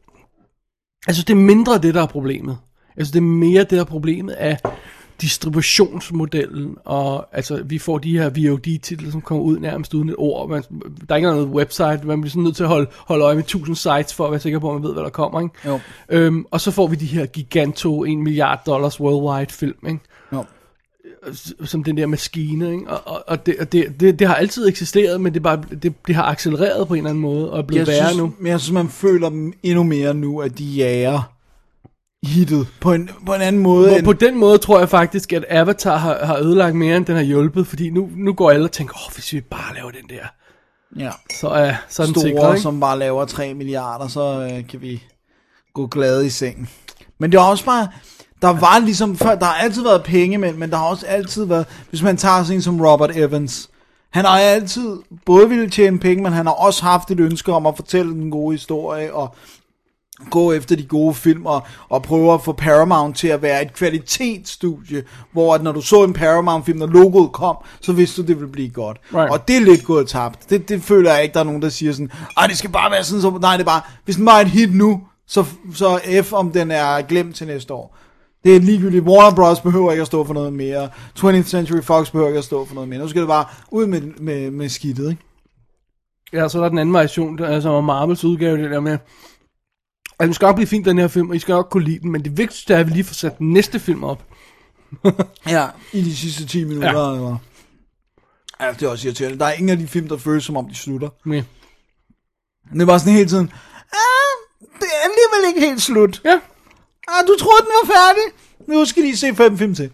det er mindre det, der er problemet. Jeg synes, det er mere det, der er problemet af distributionsmodellen, og altså, vi får de her VOD-titler, som kommer ud nærmest uden et ord. Der er ikke noget website, man bliver sådan nødt til at holde øje med 1000 sites, for at være sikker på, at man ved, hvad der kommer, ikke? Jo. Og så får vi de her giganto $1 milliard worldwide film, ikke? Jo. Som den der maskine, ikke? Og det har altid eksisteret, men det har accelereret på en eller anden måde, og er blevet værre nu. Men jeg synes, man føler dem endnu mere nu, at de jager hittet på en anden måde. På den måde tror jeg faktisk, at Avatar har ødelagt mere, end den har hjulpet, fordi nu går alle og tænker, hvis vi bare laver den der, så er den store, sikret, som bare laver 3 milliarder, så kan vi gå glade i sengen. Men det er også bare, der var ligesom før, der har altid været penge, men der har også altid været, hvis man tager sådan en som Robert Evans, han har altid både ville tjene penge, men han har også haft et ønske om at fortælle den gode historie, og gå efter de gode film og prøve at få Paramount til at være et kvalitetsstudie, hvor at når du så en Paramount-film, når logoet kom, så vidste du, det ville blive godt. Right. Og det er lidt gået tabt. Det føler jeg ikke, der er nogen, der siger sådan, det skal bare være sådan, så nej, det er bare, hvis den var et hit nu, så F, om den er glemt til næste år. Det er ligegyldigt. Warner Bros. Behøver ikke at stå for noget mere. 20th Century Fox behøver ikke at stå for noget mere. Nu skal det bare ud med skidtet, ikke? Ja, så er der den anden variation, altså Marvels udgave, det der med, at den skal nok blive fint, den her film, og I skal nok kunne lide den, men det vigtigste er, at vi lige får sat den næste film op. Ja, i de sidste 10 minutter. Ja. Eller... Ja, det er også irriterende. Der er ingen af de film, der føles som om de slutter. Ja. Det var sådan hele tiden, det er alligevel ikke helt slut. Ja. Du troede, den var færdig. Nu skal de se 5 film til.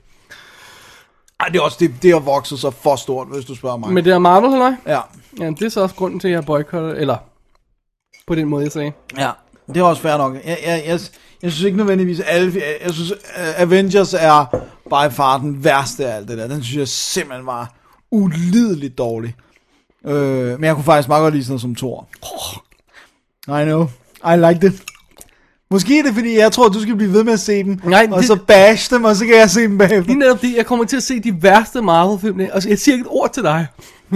Det er også det har vokset så for stort, hvis du spørger mig. Men det er Marvel, eller? Ja. Ja, det er så også grunden til, at jeg boykotter, eller på den måde, jeg sagde. Ja, det er også fair nok. Jeg synes ikke nødvendigvis, jeg synes Avengers er by far den værste af alt det der. Den synes jeg simpelthen var ulideligt dårlig. Men jeg kunne faktisk meget godt lide sådan noget som Thor. I know, I liked it. Måske er det fordi, jeg tror, du skal blive ved med at se dem, og så bash dem, og så kan jeg se dem bagefter. Det er netop det, jeg kommer til at se de værste Marvel-film, og jeg siger ikke et ord til dig.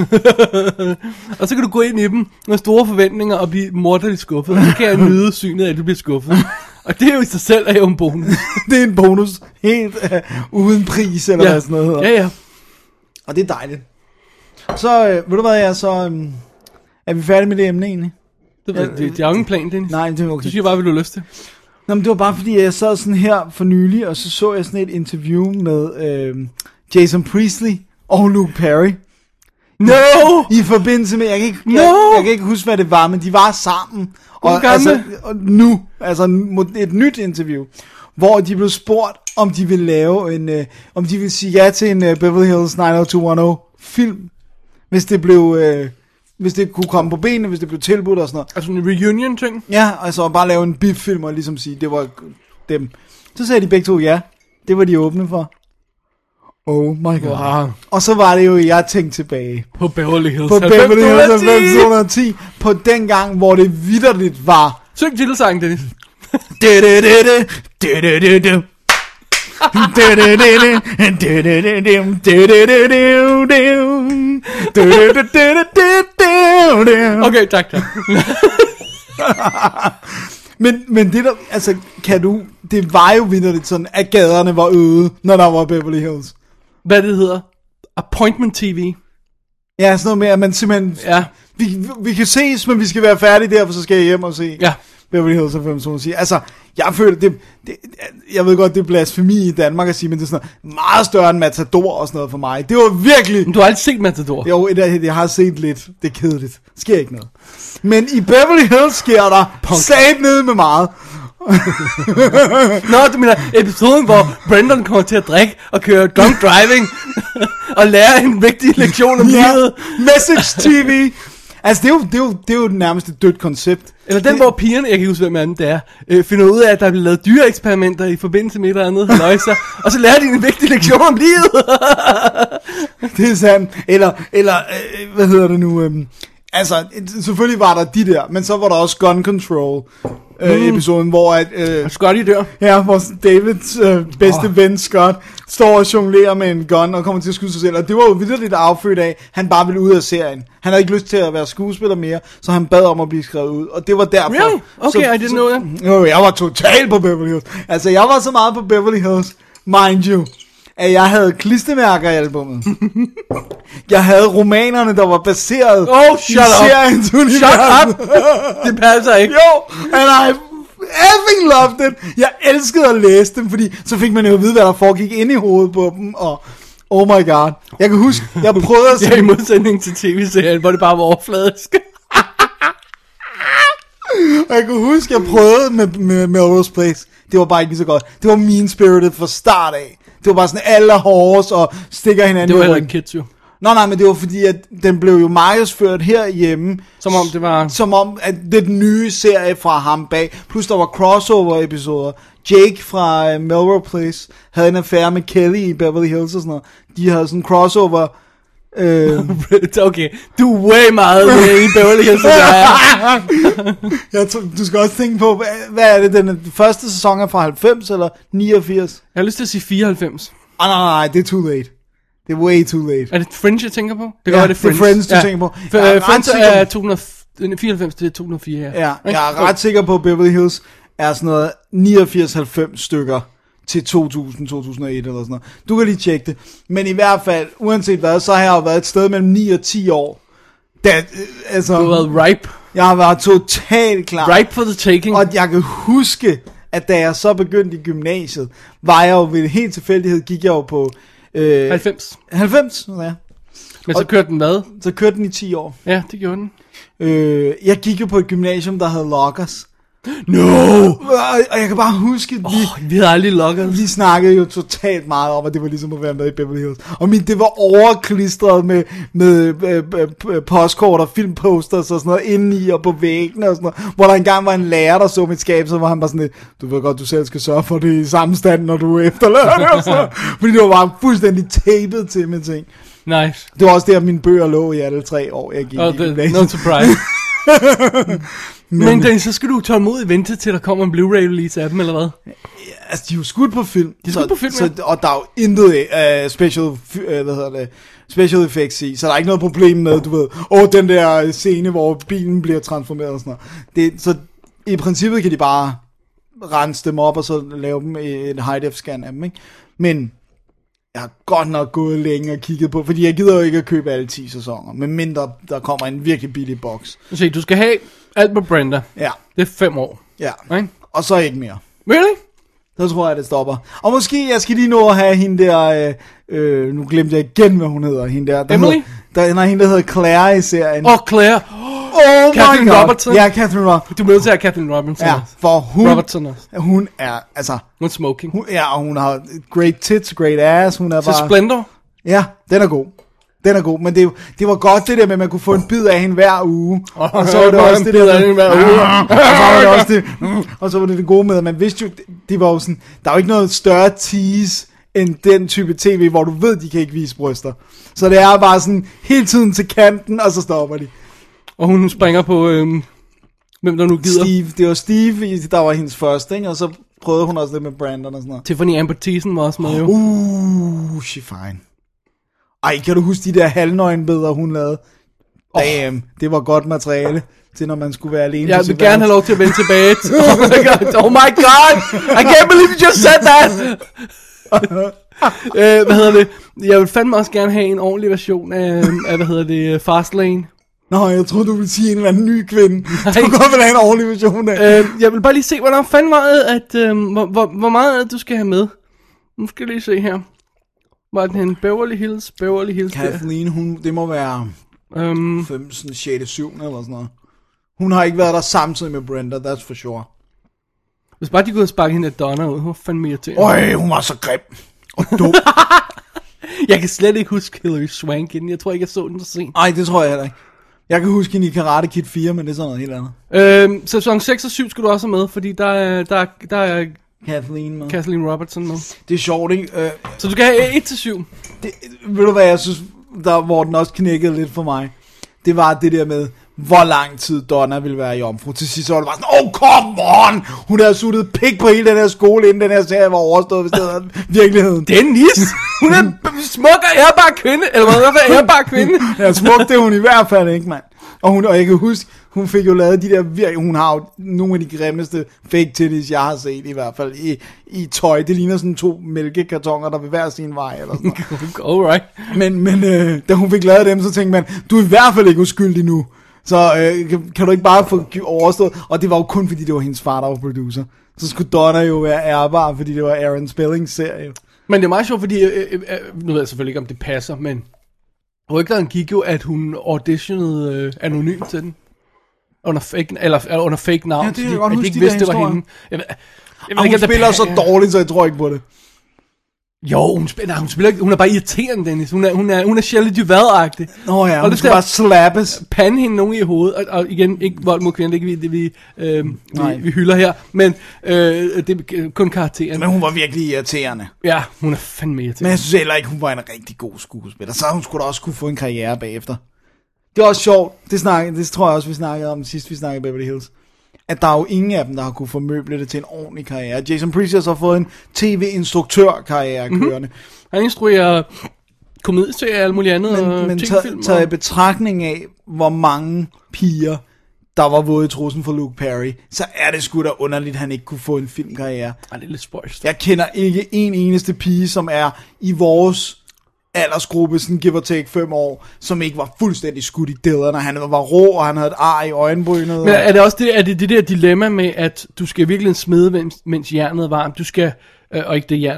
Og så kan du gå ind i dem med store forventninger og blive morderligt skuffet, og så kan jeg nyde synet af, at du bliver skuffet. Og det er jo i sig selv er jo en bonus. Det er en bonus, helt uden pris, eller hvad sådan noget. Ja. Og det er dejligt. Så, ved du hvad, er vi færdige med det emne egentlig? Det er jo ingen plan, Dennis. Nej, det er okay. Du siger bare, hvad du har lyst til. Nå, men det var bare fordi, jeg sad sådan her for nylig, og så jeg sådan et interview med Jason Priestley og Luke Perry. No! I forbindelse med, jeg kan ikke huske, hvad det var, men de var sammen. Og et nyt interview, hvor de blev spurgt, om de ville lave om de ville sige ja til en Beverly Hills 90210 film, hvis det kunne komme på benene, hvis det blev tilbudt og sådan noget. Altså en reunion-ting? Ja, altså bare lave en beef-film og ligesom sige, det var dem. Så sagde de begge to ja. Det var de åbne for. Oh my god. Wow. Og så var det jo, jeg tænkte tilbage. På Beverly Hills. På Beverly Hills 90210. På den gang, hvor det vitterligt var. Syng titelsangen, Dennis. Okay, tak. Men det der, altså, det var jo vitterligt sådan, at gaderne var øde, når der var Beverly Hills. Hvad det hedder? Appointment TV. Ja, sådan noget med, at man simpelthen... Ja. Vi kan ses, men vi skal være færdige derfor, så skal jeg hjem og se Beverly Hills 90210. Altså, jeg føler, jeg ved godt, det er blasfemi i Danmark at sige, men det er sådan noget meget større end Matador og sådan noget for mig. Det var virkelig... Men du har aldrig set Matador? Jo, jeg har set lidt. Det er kedeligt. Der sker ikke noget. Men i Beverly Hills sker der sat ned med meget. Nå, du mener episoden, hvor Brendan kommer til at drikke og køre drunk driving og lære en vigtig lektion om livet. Message TV. Altså, det er jo nærmest et dødt koncept. Eller den, hvor pigerne, jeg kan ikke huske, hvem anden det er, finder ud af, at der bliver lavet dyreeksperimenter i forbindelse med et eller andet løjser, og så lærer de en vigtig lektion om livet. Det er sandt. Eller hvad hedder det nu? Altså, selvfølgelig var der de der, men så var der også Gun Control episoden, hvor at... Scotty dør. Ja, hvor Davids bedste ven Scott står og jonglerer med en gun og kommer til at skyde sig selv. Og det var jo virkelig affødt af, han bare ville ud af serien. Han havde ikke lyst til at være skuespiller mere, så han bad om at blive skrevet ud. Og det var derfor. Really? Okay, I didn't know that. Jo, jeg var totalt på Beverly Hills. Altså, jeg var så meget på Beverly Hills, mind you, at jeg havde klistermærker i albummet. Jeg havde romanerne, der var baseret i seriens univers. Shut up! Det passer ikke. Jo, and I effing loved it. Jeg elskede at læse dem, fordi så fik man jo at vide, hvad der foregik inde i hovedet på dem, og oh my god. Jeg kan huske, jeg prøvede at se... Det er i modsætning til tv-serien, hvor det bare var overfladisk. Og jeg kunne huske, jeg prøvede med Melrose Place. Det var bare ikke lige så godt. Det var mean-spirited fra start af. Det var bare sådan, alle hårdes og stikker hinanden. Det var heller ikke kids jo. Nej, men det var fordi, at den blev jo markedsført herhjemme. Som om det var... Som om, at det er den nye serie fra ham bag. Plus der var crossover-episoder. Jake fra Melrose Place havde en affære med Kelly i Beverly Hills og sådan noget. De havde sådan en crossover... Okay, du er way meget med i Beverly Hills, Du skal også tænke på, hvad er det, den første sæson er fra 90 eller 89? Jeg har lyst til at sige 94. Nej, det er too late. Det er way too late. Er det Friends, jeg tænker på? Det kan være, det er Friends, du tænker på. Friends er 94 til 2004, ja. Ja, jeg er ret sikker på, at Beverly Hills er sådan noget 89-90 stykker til 2000, 2001 eller sådan noget. Du kan lige tjekke det. Men i hvert fald, uanset hvad, så har jeg jo været et sted mellem 9 og 10 år. Altså, du har været ripe. Jeg har været totalt klar. Ripe for the taking. Og jeg kan huske, at da jeg så begyndte i gymnasiet, var jeg jo ved en helt tilfældighed, gik jeg jo på... 90. 90, ja. Men så kørte den hvad? Så kørte den i 10 år. Ja, det gjorde den. Jeg gik jo på et gymnasium, der hed Lockers. No! Og jeg kan bare huske, vi havde aldrig Lockers. Vi snakkede jo totalt meget om, at det var ligesom at være med i Beverly Hills. Og det var overklistret med postkort og filmposters og sådan noget indeni og på væggene og sådan noget. Hvor der engang var en lærer, der så mit skab, så var han bare sådan lidt, du ved godt, du selv skal sørge for det i samme stand, når du efterlader det og sådan noget. Fordi det var bare fuldstændig tapet til med ting. Nice. Det var også der, mine bøger lå i alle 3 år, jeg gik i gymnasiet. No surprise. Men Dennis, så skal du tålmodigt vente til der kommer en Blu-ray release af dem, eller hvad? Ja, altså, de er jo skudt på film. De er skudt på film, ja. Og der er jo intet special effects i, så der er ikke noget problem med, du ved, den der scene, hvor bilen bliver transformeret og sådan noget. Så i princippet kan de bare rense dem op, og så lave dem et high-def-scan af dem, ikke? Men jeg har godt nok gået længe og kigget på, fordi jeg gider jo ikke at købe alle 10 sæsoner, medmindre der kommer en virkelig billig boks. Se, du skal have alt med Brenda. Ja. Det er 5 år. Ja, right? Og så ikke mere. Really? Så tror jeg, det stopper. Og måske jeg skal lige nå at have hende der, nu glemte jeg igen, hvad hun hedder, hende der. Emily? Der er hende, der hedder Claire i serien. Claire. Catherine Robertson. Ja, Catherine Robertson. Du bliver nødt til at have Catherine Robertson. Ja, for hun er, altså... Hun er smoking. Og hun har great tits, great ass, hun er bare... Så Splendor. Ja, den er god. Den er god, men det var godt det der med, at man kunne få en bid af hende hver uge. Og så var det også det der med, og så var det gode med, at man vidste jo, det var jo sådan, der er jo ikke noget større tease, end den type tv, hvor du ved, de kan ikke vise bryster. Så det er bare sådan, hele tiden til kanten, og så stopper de. Og hun springer på, hvem der nu gider. Steve, det var Steve, der var hendes første, ikke? Og så prøvede hun også lidt med Brandon og sådan noget. Tiffany Amber Thiessen var også med jo. She fine. Ej, kan du huske de der halvnøgenbilleder, hun lavede? Damn, det var godt materiale til, når man skulle være alene. Jeg vil gerne have lov til at vende tilbage. Oh my god! I can't believe you just said that! Hvad hedder det? Jeg vil fandme også gerne have en ordentlig version af hvad hedder det, Fastlane. Nå, jeg troede, du ville sige en eller anden ny kvinde. Du kan godt have en ordentlig version af. Jeg vil bare lige se, hvordan fanden meget, at hvor meget du skal have med. Nu skal jeg lige se her. Var den hen? Beverly Hills. Kathleen, det må være 5, 6, 7 eller sådan noget. Hun har ikke været der samtidig med Brenda, that's for sure. Hvis bare de kunne have sparket hende af Donna ud, hun var fandme irriterende. Hun var så grim og dum. Jeg kan slet ikke huske Hilary Swank inden. Jeg tror ikke, jeg så den så sent. Nej, det tror jeg heller ikke. Jeg kan huske hende i Karate Kid 4, men det er sådan noget helt andet. Sæson 6 og 7 skal du også have med, fordi der er Kathleen Robertson med. Det er sjovt, ikke? Så du skal have 1-7. Ved du hvad jeg synes, hvor den også knækkede lidt for mig? Det var det der med, hvor lang tid Donna ville være jomfru. Til sidst var det bare sådan, come on! Hun havde suttet pik på hele den her skole, inden den her serie var overstået, hvis det havde virkeligheden. Dennis! Hun er smuk og ærbar kvinde, eller hvad ærbar kvinde? Ja, smuk det er hun i hvert fald ikke, mand. Og jeg kan huske, hun fik jo lavet de der hun har jo nogle af de grimmeste fake titties, jeg har set i hvert fald, i tøj. Det ligner sådan 2 mælkekartoner, der vil hver sin vej, eller sådan noget. Alright. Men da hun fik lavet dem, så tænkte man, du er i hvert fald ikke uskyldig nu. Så kan du ikke bare få overstået? Og det var jo kun fordi, det var hendes far, der var producer. Så skulle Donna jo være ærbar, fordi det var Aaron Spellings serie. Men det er meget sjovt, fordi, nu ved jeg selvfølgelig ikke, om det passer, men rygteren gik jo, at hun auditionede anonym til den. Under fake navn. Ja, det er så godt de huske ikke de vidste, der det var hende. Hun spiller så dårligt, så jeg tror ikke på det. Jo, hun spiller ikke, hun er bare irriterende, Dennis. Hun er Shelley Duvall-agtig. Nå ja, hun skal bare slappes. Pande hende nogen i hovedet, og igen, ikke vold mod kvinder, det er ikke det, vi hylder her, men det er kun karakteren. Men hun var virkelig irriterende. Ja, hun er fandme irriterende. Men jeg synes heller ikke, hun var en rigtig god skuespiller, så hun skulle da også kunne få en karriere bagefter. Det er også sjovt, det tror jeg også, vi snakkede om sidst, vi snakkede Beverly Hills, at der er jo ingen af dem, der har kunne formøble det til en ordentlig karriere. Jason Priestley har så fået en tv-instruktør-karriere kørende. Han instruerer komedieserier og alt muligt andet. Men tager i betragtning af, hvor mange piger, der var våde i trussen for Luke Perry, så er det sgu da underligt, at han ikke kunne få en filmkarriere. Det er lidt spøjst. Jeg kender ikke en eneste pige, som er i vores aldersgruppe, sådan give or take 5 år, som ikke var fuldstændig skudt i dillerne. Han var rå, og han havde et ar i øjenbrynet. Men er det også det der dilemma med, at du skal virkelig smide, mens jernet er varmt? Du skal, og ikke det jern,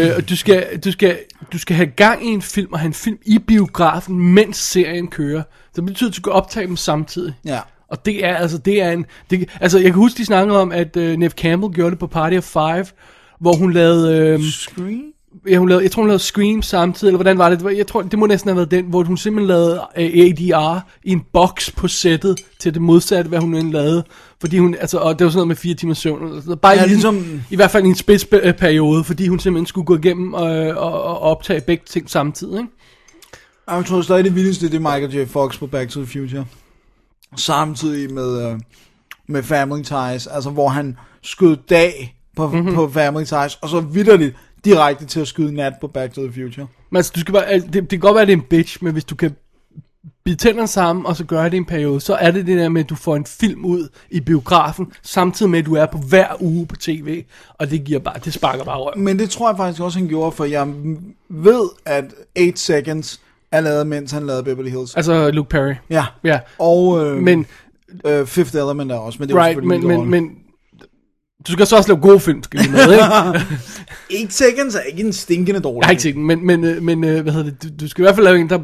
du skal have gang i en film, og have en film i biografen, mens serien kører. Så det betyder, at du skal optage dem samtidig. Ja. Og det er jeg kan huske, de snakkede om, at Neve Campbell gjorde det på Party of Five, hvor hun lavede... Scream? Ja, jeg tror hun lavede Scream samtidig, eller hvordan var det? Jeg tror, det må næsten have været den, hvor hun simpelthen lavede ADR i en boks på sættet til det modsatte, hvad hun lavede. Fordi hun, og det var sådan noget med 4 timers søvn. Bare ligesom... i hvert fald i en spidsperiode, fordi hun simpelthen skulle gå igennem og optage begge ting samtidig, ikke? Jeg tror stadig det vildeste, det er Michael J. Fox på Back to the Future. Samtidig med Family Ties, altså hvor han skød dag på Family Ties, og så vitterligt direkte til at skyde nat på Back to the Future. Men altså, du skal bare, det kan godt være, at det er en bitch, men hvis du kan bide tænderne sammen, og så gøre det i en periode, så er det der med, at du får en film ud i biografen, samtidig med, at du er på hver uge på tv, og det sparker bare røv. Men det tror jeg faktisk også, han gjorde, for jeg ved, at 8 Seconds er lavet, mens han lavede Beverly Hills. Altså Luke Perry. Ja. Og Fifth Element er også, men det er right, men du skal så også lave gode film, skal vi med, ikke? 8 Seconds er ikke en stinkende dårlig. Jeg har ikke set den, men hvad hedder det, du skal i hvert fald lave en,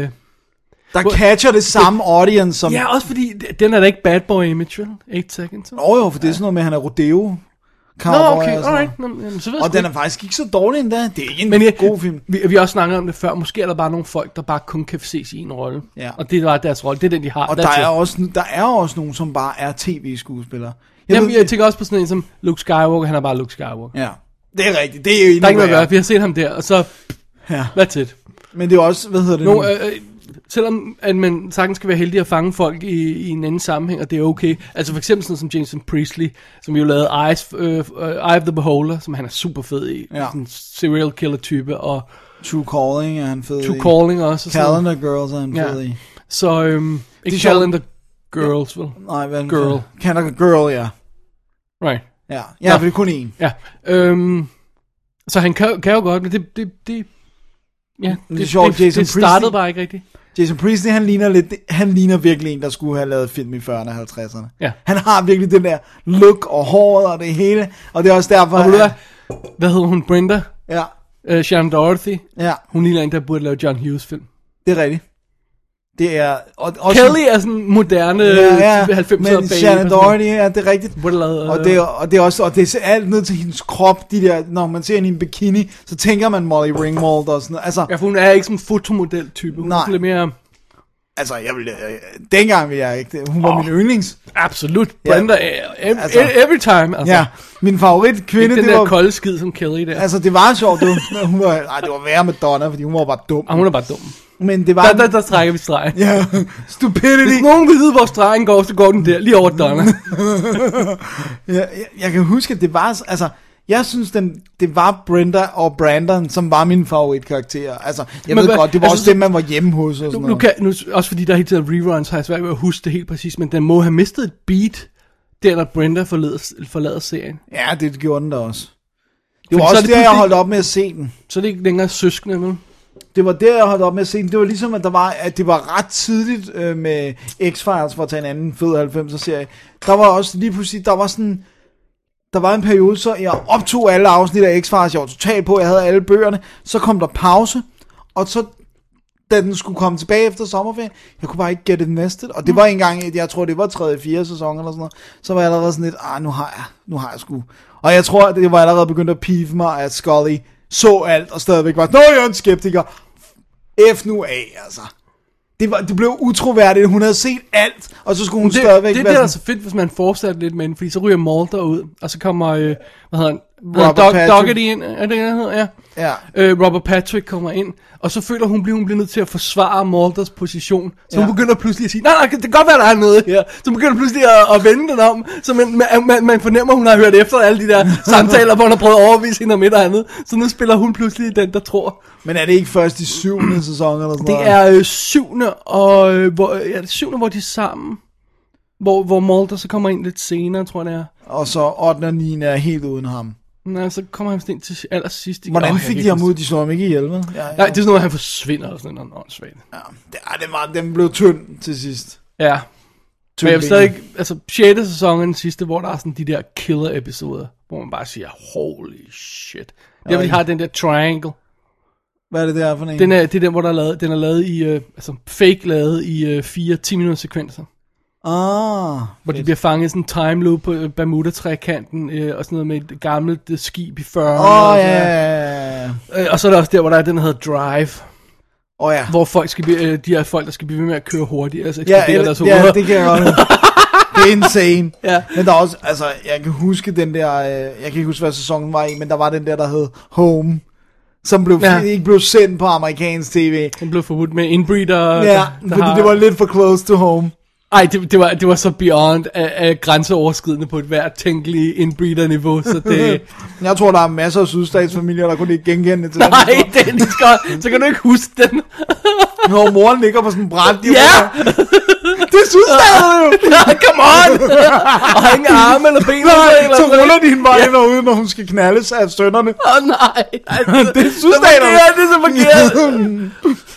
der catcher det samme audience som... Ja, også fordi, den er da ikke bad boy image, 8 Seconds. Jo, for det er sådan noget med, at han er rodeo. Nå, okay, alright. Og den er faktisk ikke så dårlig endda. Det er ikke en god film. Vi har også snakket om det før. Måske er der bare nogle folk, der bare kun kan ses i en rolle. Ja. Og det er bare deres rolle. Det er den, de har. Og der er også nogen, som bare er tv-skuespillere. Jeg tænker også på sådan en som Luke Skywalker. Han er bare Luke Skywalker. Ja, det er rigtigt. Det er jo der er ikke noget at gøre. Vi har set ham der, og så... Ja. That's it. Men det er også... Hvad hedder det nu? Selvom at man sagtens skal være heldig at fange folk i en anden sammenhæng, og det er okay. Altså for eksempel sådan som Jason Priestley, som jo lavede Eye of the Beholder, som han er super fed i. Ja. Sådan en serial killer type. Og True Calling er han fed i. True Calling også. Calendar Girls er han fed i. Så ikke Calendar Girls, vel? Nej, hvad Girl. Calendar Girl, ja. Right. Ja, for det er kun én. Ja. Så han kan jo godt, men det ja, det startede bare ikke rigtigt. Jason Priestley, han ligner virkelig en, der skulle have lavet film i 40'erne og 50'erne. Ja. Han har virkelig den der look og håret og det hele, og det er også derfor... Og hvad hedder hun? Brenda? Ja. Sharon Dorothy? Ja. Hun ligner en, der burde lave John Hughes film. Det er rigtigt. Det er... Kelly er sådan moderne 90'er men Sharon Doherty, ja, det er rigtigt. Og det er også, og det er alt ned til hendes krop, de der, når man ser hende i en bikini, så tænker man Molly Ringwald og sådan noget. Altså, ja, for hun er ikke sådan en fotomodel type. Hun er lidt mere... Altså, dengang ville jeg ikke. Hun var min yndlings. Absolut. Brenda, every time. Altså. Ja, min favorit kvinde, den det der var... kolde skid som Kelly der. Altså, det var sjovt, det var værre med Donna, fordi hun var bare dum. Hun er bare dum. Men det var... Der trækker vi stregen. Ja, stupidity. Hvis nogen vil vide, hvor stregen går, så går den der, lige over Donna. Jeg kan huske, at det var... Altså, jeg synes, det var Brenda og Brandon, som var mine favoritkarakterer. Altså, jeg ved godt, det var også dem, man var hjemme hos. Og sådan noget. Også fordi der hele tiden reruns, har jeg svært ved at huske det helt præcis, men den må have mistet et beat, der når Brenda forlader serien. Ja, det gjorde den da også. Det var også der, jeg holdt op med at se den. Så det er ikke længere søskende, vel? Det var der, jeg holdt op med at se den. Det var ligesom, at det var ret tidligt med X-Files, for at tage en anden fed 90'er-serie. Der var også lige pludselig, der var en periode, så jeg optog alle afsnit af X-Files, jeg var totalt på, jeg havde alle bøgerne. Så kom der pause, og så, da den skulle komme tilbage efter sommerferien, jeg kunne bare ikke get invested. Og det var engang, jeg tror, det var 3. 4. sæson eller sådan noget. Så var jeg allerede sådan lidt, nu har jeg sgu. Og jeg tror, det var allerede begyndt at pive mig, at Scully så alt, og stadigvæk var, jeg er en skeptiker. F nu af, altså. Det blev utroværdigt, hun havde set alt, og så skulle hun stadigvæk være... Det er så fedt, hvis man fortsatte lidt med den, fordi så ryger Mulder ud, og så kommer, hvad hedder han? Doggett ind, er det, han hedder? Ja. Robert Patrick kommer ind, og så føler hun bliver nødt til at forsvare Mulders position, så hun begynder pludselig at sige, nej, det kan godt være, der er noget her, så hun begynder pludselig at vende den om, så man fornemmer, hun har hørt efter alle de der samtaler, hvor hun har prøvet at overvise hende om et og andet, så nu spiller hun pludselig den, der tror. Men er det ikke først i 7. sæson eller sådan noget? Det er 7. og det 7. hvor de er sammen, hvor Mulder så kommer ind lidt senere, tror jeg det er. Og så 8. og 9. er helt uden ham. Nej, så kommer han ind til allersidst. Hvordan fik de ham ud? De slår ham ikke ihjel, vel? Nej, det er sådan noget, han forsvinder og sådan noget åndssvagt. Ja, den blev tynd til sidst. Ja. Men jeg vil stadig, altså 6. sæson er den sidste, hvor der er sådan de der killer-episoder, hvor man bare siger, holy shit. Der hvor de har den der triangle. Hvad er det der for en? Det er den, hvor den er lavet i, altså fake lavet i 4 10-minutters sekvenser. Hvor de bliver fanget i sådan en time loop på Bermuda-trækanten og sådan noget med et gammelt skib i 40'erne. Og så er der også der, hvor der er den, der hedder Drive. Hvor folk skal de her folk, der skal blive ved med at køre hurtigt, altså eksploderer deres hoveder. Ja, det kan jeg godt. Det er insane. Men der er også, altså, jeg kan huske den der, jeg kan ikke huske, hvad sæsonen var i, men der var den der hed Home, som ikke blev sendt på amerikansk tv. Den blev forbudt med inbreeder. Ja, fordi det var lidt for close to home. Ej, det var så beyond af grænseoverskridende på et hvert tænkeligt inbreeder-niveau, så det... Jeg tror, der er masser af sydstatsfamilier, der kunne ikke genkende det til den. Nej, Dennis, så kan du ikke huske den. Når moren ligger på sådan en bræt. Ja! Det er sydstater jo! Ja, come on! Og har ingen arme eller ben. Nej, så ruller de hende bare ind og ud, når hun skal knaldes af sønnerne. Nej. Det er sydstater. Det er så forkert.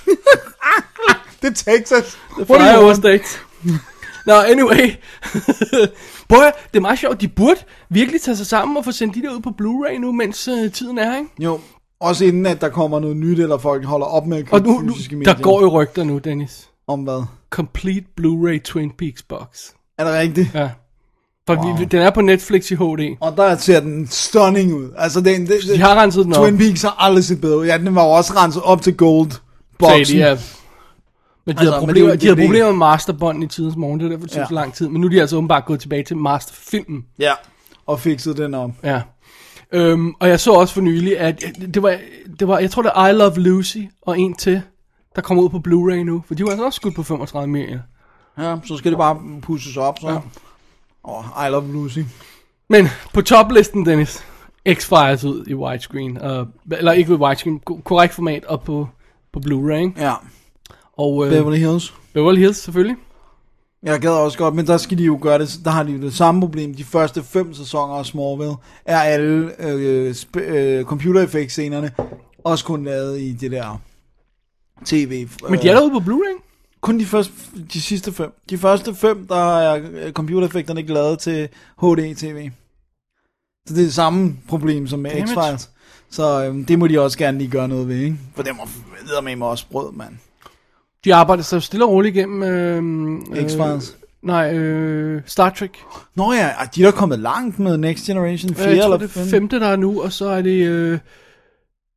Det er Texas. Det er Flyover States. Nå, anyway. Boy, det er meget sjovt. De burde virkelig tage sig sammen og få sendt de der ud på Blu-ray nu, mens tiden er her, ikke? Jo, også inden at der kommer noget nyt, eller folk holder op med at købe fysiske medier. Der går jo rygter nu, Dennis. Om hvad? Complete Blu-ray Twin Peaks box. Er det rigtigt? Ja. For den er på Netflix i HD. Og der ser den stunning ud. Altså, de har renset den op. Twin Peaks har aldrig set bedre ud. Ja, den var også renset op til gold-boxen. Ja. Men de havde problemer med masterbånd i tidens morgen, det er derfor det tog så lang tid. Men nu er de altså åbenbart gået tilbage til masterfilmen. Ja, og fikset den om. Ja. Og jeg så også for nylig, at det var, jeg tror det er I Love Lucy og en til, der kommer ud på Blu-ray nu. For de var altså også skudt på 35 mm. Ja, så skal det bare pusses op, så. I Love Lucy. Men på toplisten, Dennis, X-Files ud i widescreen. Eller ikke ud widescreen, korrekt format og på Blu-ray. Ja. Og Beverly Hills. Beverly Hills, selvfølgelig. Jeg gad også godt, men der skal de jo gøre det. Der har de jo det samme problem. De første 5 sæsoner af Smallville er alle computer-effekt-scenerne også kun lavet i det der tv. Men de er derude på Blu-ray? Kun de sidste 5. De første 5, der er computereffekterne ikke lavet til HD-tv. Så det er det samme problem som med X-Files. Så det må de også gerne lige gøre noget ved, ikke? For det må med mig også brød, mand. De arbejder så stille og roligt igennem X-Files. Star Trek. Nå ja, de er kommet langt med Next Generation 4 eller 5. Jeg tror det er 5. der er nu, og så er det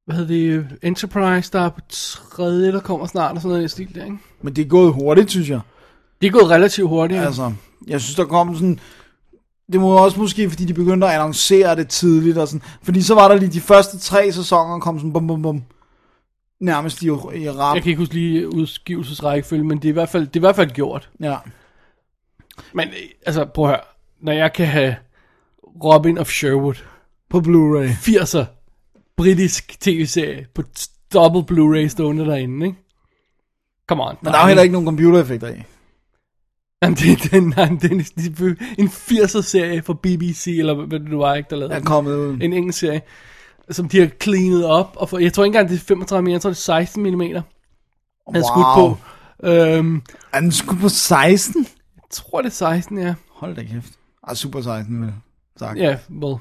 hvad hedder det, Enterprise, der er på 3, der kommer snart, og sådan noget i stil der, ikke? Men det er gået hurtigt, synes jeg. Det er gået relativt hurtigt. Altså, jeg synes, der kom sådan... Det må også måske, fordi de begyndte at annoncere det tidligt og sådan. Fordi så var der lige de første 3 sæsoner, kom sådan bum bum bum. Nærmest i rap. Jeg kan ikke huske lige udgivelsesrækkefølge, men det er i hvert fald gjort. Ja. Men altså, prøv at høre. Når jeg kan have Robin of Sherwood På Blu-ray. 80'er britisk tv-serie på double Blu-ray stående derinde, ikke? Come on. Men der er jo heller ikke nogen computereffekter i. Jamen, det er en 80'er serie fra BBC, eller hvad det nu var, ikke, der lavede Er kommet ud. en engelsk serie, som de har cleanet op, og for, jeg tror ikke engang, det er 35 mm, jeg tror det er 16 mm, han er skudt på. Er den skudt på 16? Jeg tror det er 16, ja. Hold da kæft. Super 16, vel sagt. Ja, well.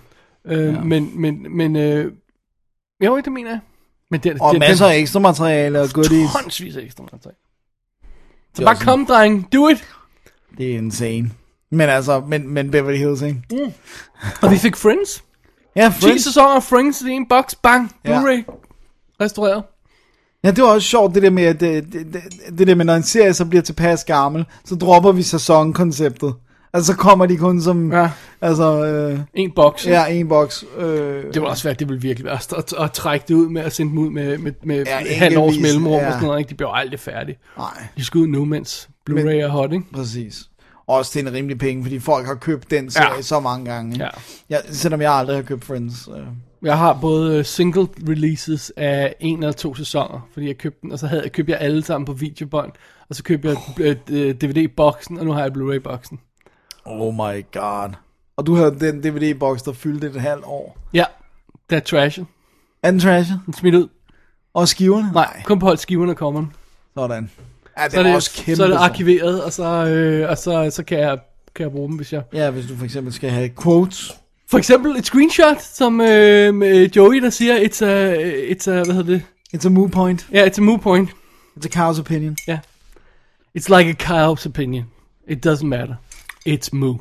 Men jo, det mener jeg. Men og masser af ekstra materiale og goodies. Tonsvis af ekstra materiale. Så bare kom, dreng. Do it. Det er insane. Men altså, men Beverly Hills, ikke? Og vi fik Friends. Ja, 10 Friends. sæsoner af Friends i en box. Bang. Ja. Blu-ray. Restaureret. Ja, det var også sjovt, det der med, at det der med, når en serie så bliver tilpas gammel, så dropper vi sæsonkonceptet. Altså, så kommer de kun som, en box. Ja, en boks. Det var også svært, det ville virkelig være at trække det ud med at sende dem ud med halv års mellemrum og sådan noget, ikke? De blev aldrig færdige. Nej. De skal ud nu, mens Blu-ray er hot, ikke? Præcis. Også til en rimelig penge, fordi folk har købt den serie så mange gange. Ikke? Ja. Selvom jeg aldrig har købt Friends. Jeg har både single releases af 1 eller 2 sæsoner, fordi jeg købte den, og så købte jeg alle sammen på videobånd, og så købte jeg DVD-boksen, og nu har jeg Blu-ray-boksen. Oh my god. Og du havde den DVD-boks, der fyldte et halvt år. Ja, det er trashet. Er den trashet? Den smidt ud. Og skiverne? Nej, kun på holdt skiverne kommer den. Sådan. Ja, så, så er det arkiveret, og så kan jeg bruge dem, hvis jeg... Ja, hvis du for eksempel skal have quotes. For eksempel et screenshot, som med Joey, der siger, it's a, hvad hedder det? It's a moo point. Ja, it's a moo point. It's a cow's opinion. Ja. It's like a cow's opinion. It doesn't matter. It's moo.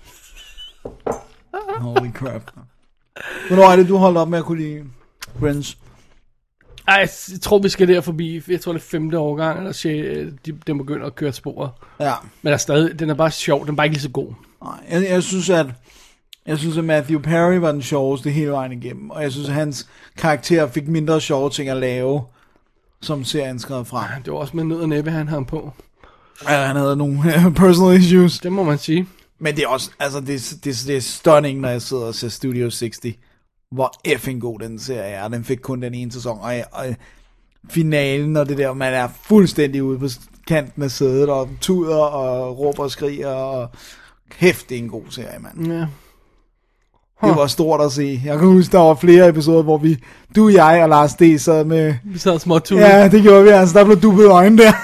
Holy crap. Hvornår er det, du holdt op med at kunne lide Friends? Ej, jeg tror, vi skal der forbi. Jeg tror, det er 5. årgang, eller 6. Den begynder at køre sporet. Ja. Men der er stadig, den er bare sjov. Den er bare ikke lige så god. Nej, jeg synes, at Matthew Perry var den sjoveste hele vejen igennem. Og jeg synes, at hans karakter fik mindre sjove ting at lave, som serien skrev fra. Det var også med nød og næppe, han havde på. Ja, han havde nogle personal issues. Det må man sige. Men det er også, altså det er stunning, når jeg sidder og ser Studio 60. Hvor effing god den serie er. Den fik kun den ene sæson. Og finalen og det der, man er fuldstændig ude på kanten af sædet, og tuder og råber og skriger, og kæft, det er en god serie, mand. Ja. Det var stort at se. Jeg kan huske, der var flere episoder, hvor du, jeg og Lars D. sad med... Vi sad småt. Ja, det gjorde vi, altså. Der blev dubbet øjne der.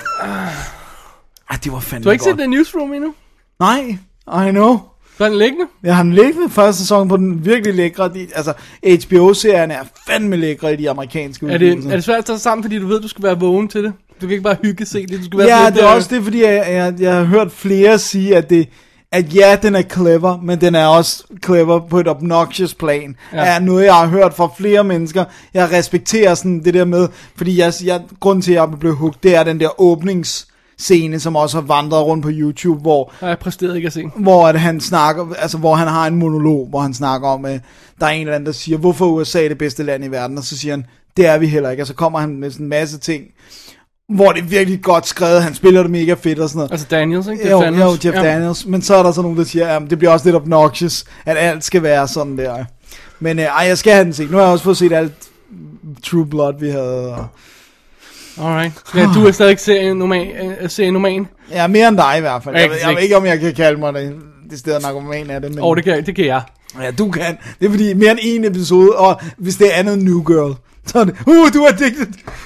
Det var fandme godt. Du har ikke set The Newsroom endnu? Nej, I know. Så er den liggende? Jeg har den liggende første sæson på den virkelig lækre. Altså, HBO-serien er fandme lækre i de amerikanske udgivelser. Er det svært at tage sammen, fordi du ved, du skal være vågen til det? Du kan ikke bare hygge se det. Du skal være ja, det er også det, fordi jeg har hørt flere sige, at ja, den er clever, men den er også clever på et obnoxious plan. Ja. Er noget, jeg har hørt fra flere mennesker. Jeg respekterer sådan det der med, fordi grunden til, at jeg blev hooked, det er den der åbningsscene, som også har vandret rundt på YouTube, hvor jeg præsterede ikke at se. Hvor at han snakker, altså hvor han har en monolog, hvor han snakker om, at der er en eller anden, der siger, hvorfor USA er det bedste land i verden, og så siger han, det er vi heller ikke, og så kommer han med sådan en masse ting, hvor det er virkelig godt skrevet, han spiller det mega fedt og sådan noget. Altså Daniels, ikke? Jeff Daniels, men så er der så nogen, der siger, at det bliver også lidt obnoxious, at alt skal være sådan der. Men jeg skal have den set. Nu har jeg også fået set alt True Blood, vi havde. Alright. Ja, du er stadig serienorman. Ja, mere end dig i hvert fald. Jeg ved ikke, om jeg kan kalde mig det sted narkoman af det. Men... det kan jeg. Ja, du kan. Det er fordi mere end en episode, og hvis det er andet New Girl, så er det, du er addicted.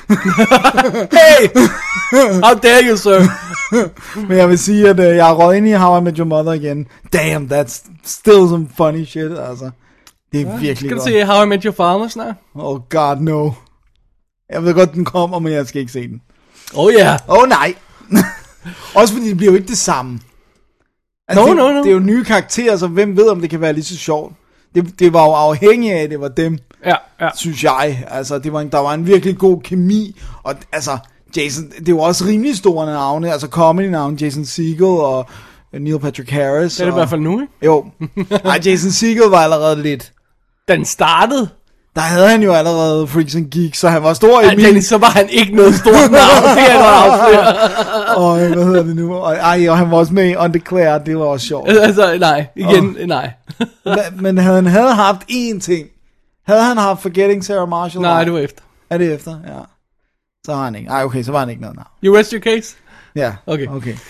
Hey! How dare you, sir? Men jeg vil sige, at jeg er røget ind i How I Met Your Mother igen. Damn, that's still some funny shit, altså. Det er virkelig godt. Skal du se How I Met Your Father snart? Oh god, no. Jeg ved godt, den kommer, men jeg skal ikke se den. Oh yeah. Oh nej. Også fordi det bliver jo ikke det samme. Altså, no. Det er jo nye karakterer, så hvem ved, om det kan være lige så sjovt. Det var jo afhængigt af, at det var dem. Ja. synes jeg. Altså, der var en virkelig god kemi, og altså, Jason, det var også rimelig store navne, altså comedy-navne, Jason Segel og Neil Patrick Harris. Det er det i hvert fald nu, ikke? Jo. Nej, Jason Segel var allerede lidt... Den startede. Der havde han jo allerede Freaks and Geeks, så han var stor i min... Så var han ikke noget stort navn, det er du afsløret. Og hvad hedder det nu? Og han var også med i Undeclared, det var også sjovt. Altså, nej. Igen, nej. Men han havde haft én ting. Havde han haft Forgetting Sarah Marshall? Nej, det var efter. Er det efter? Ja. Så har han ikke. Nej, okay, så var han ikke noget navn. You rest your case? Ja, okay.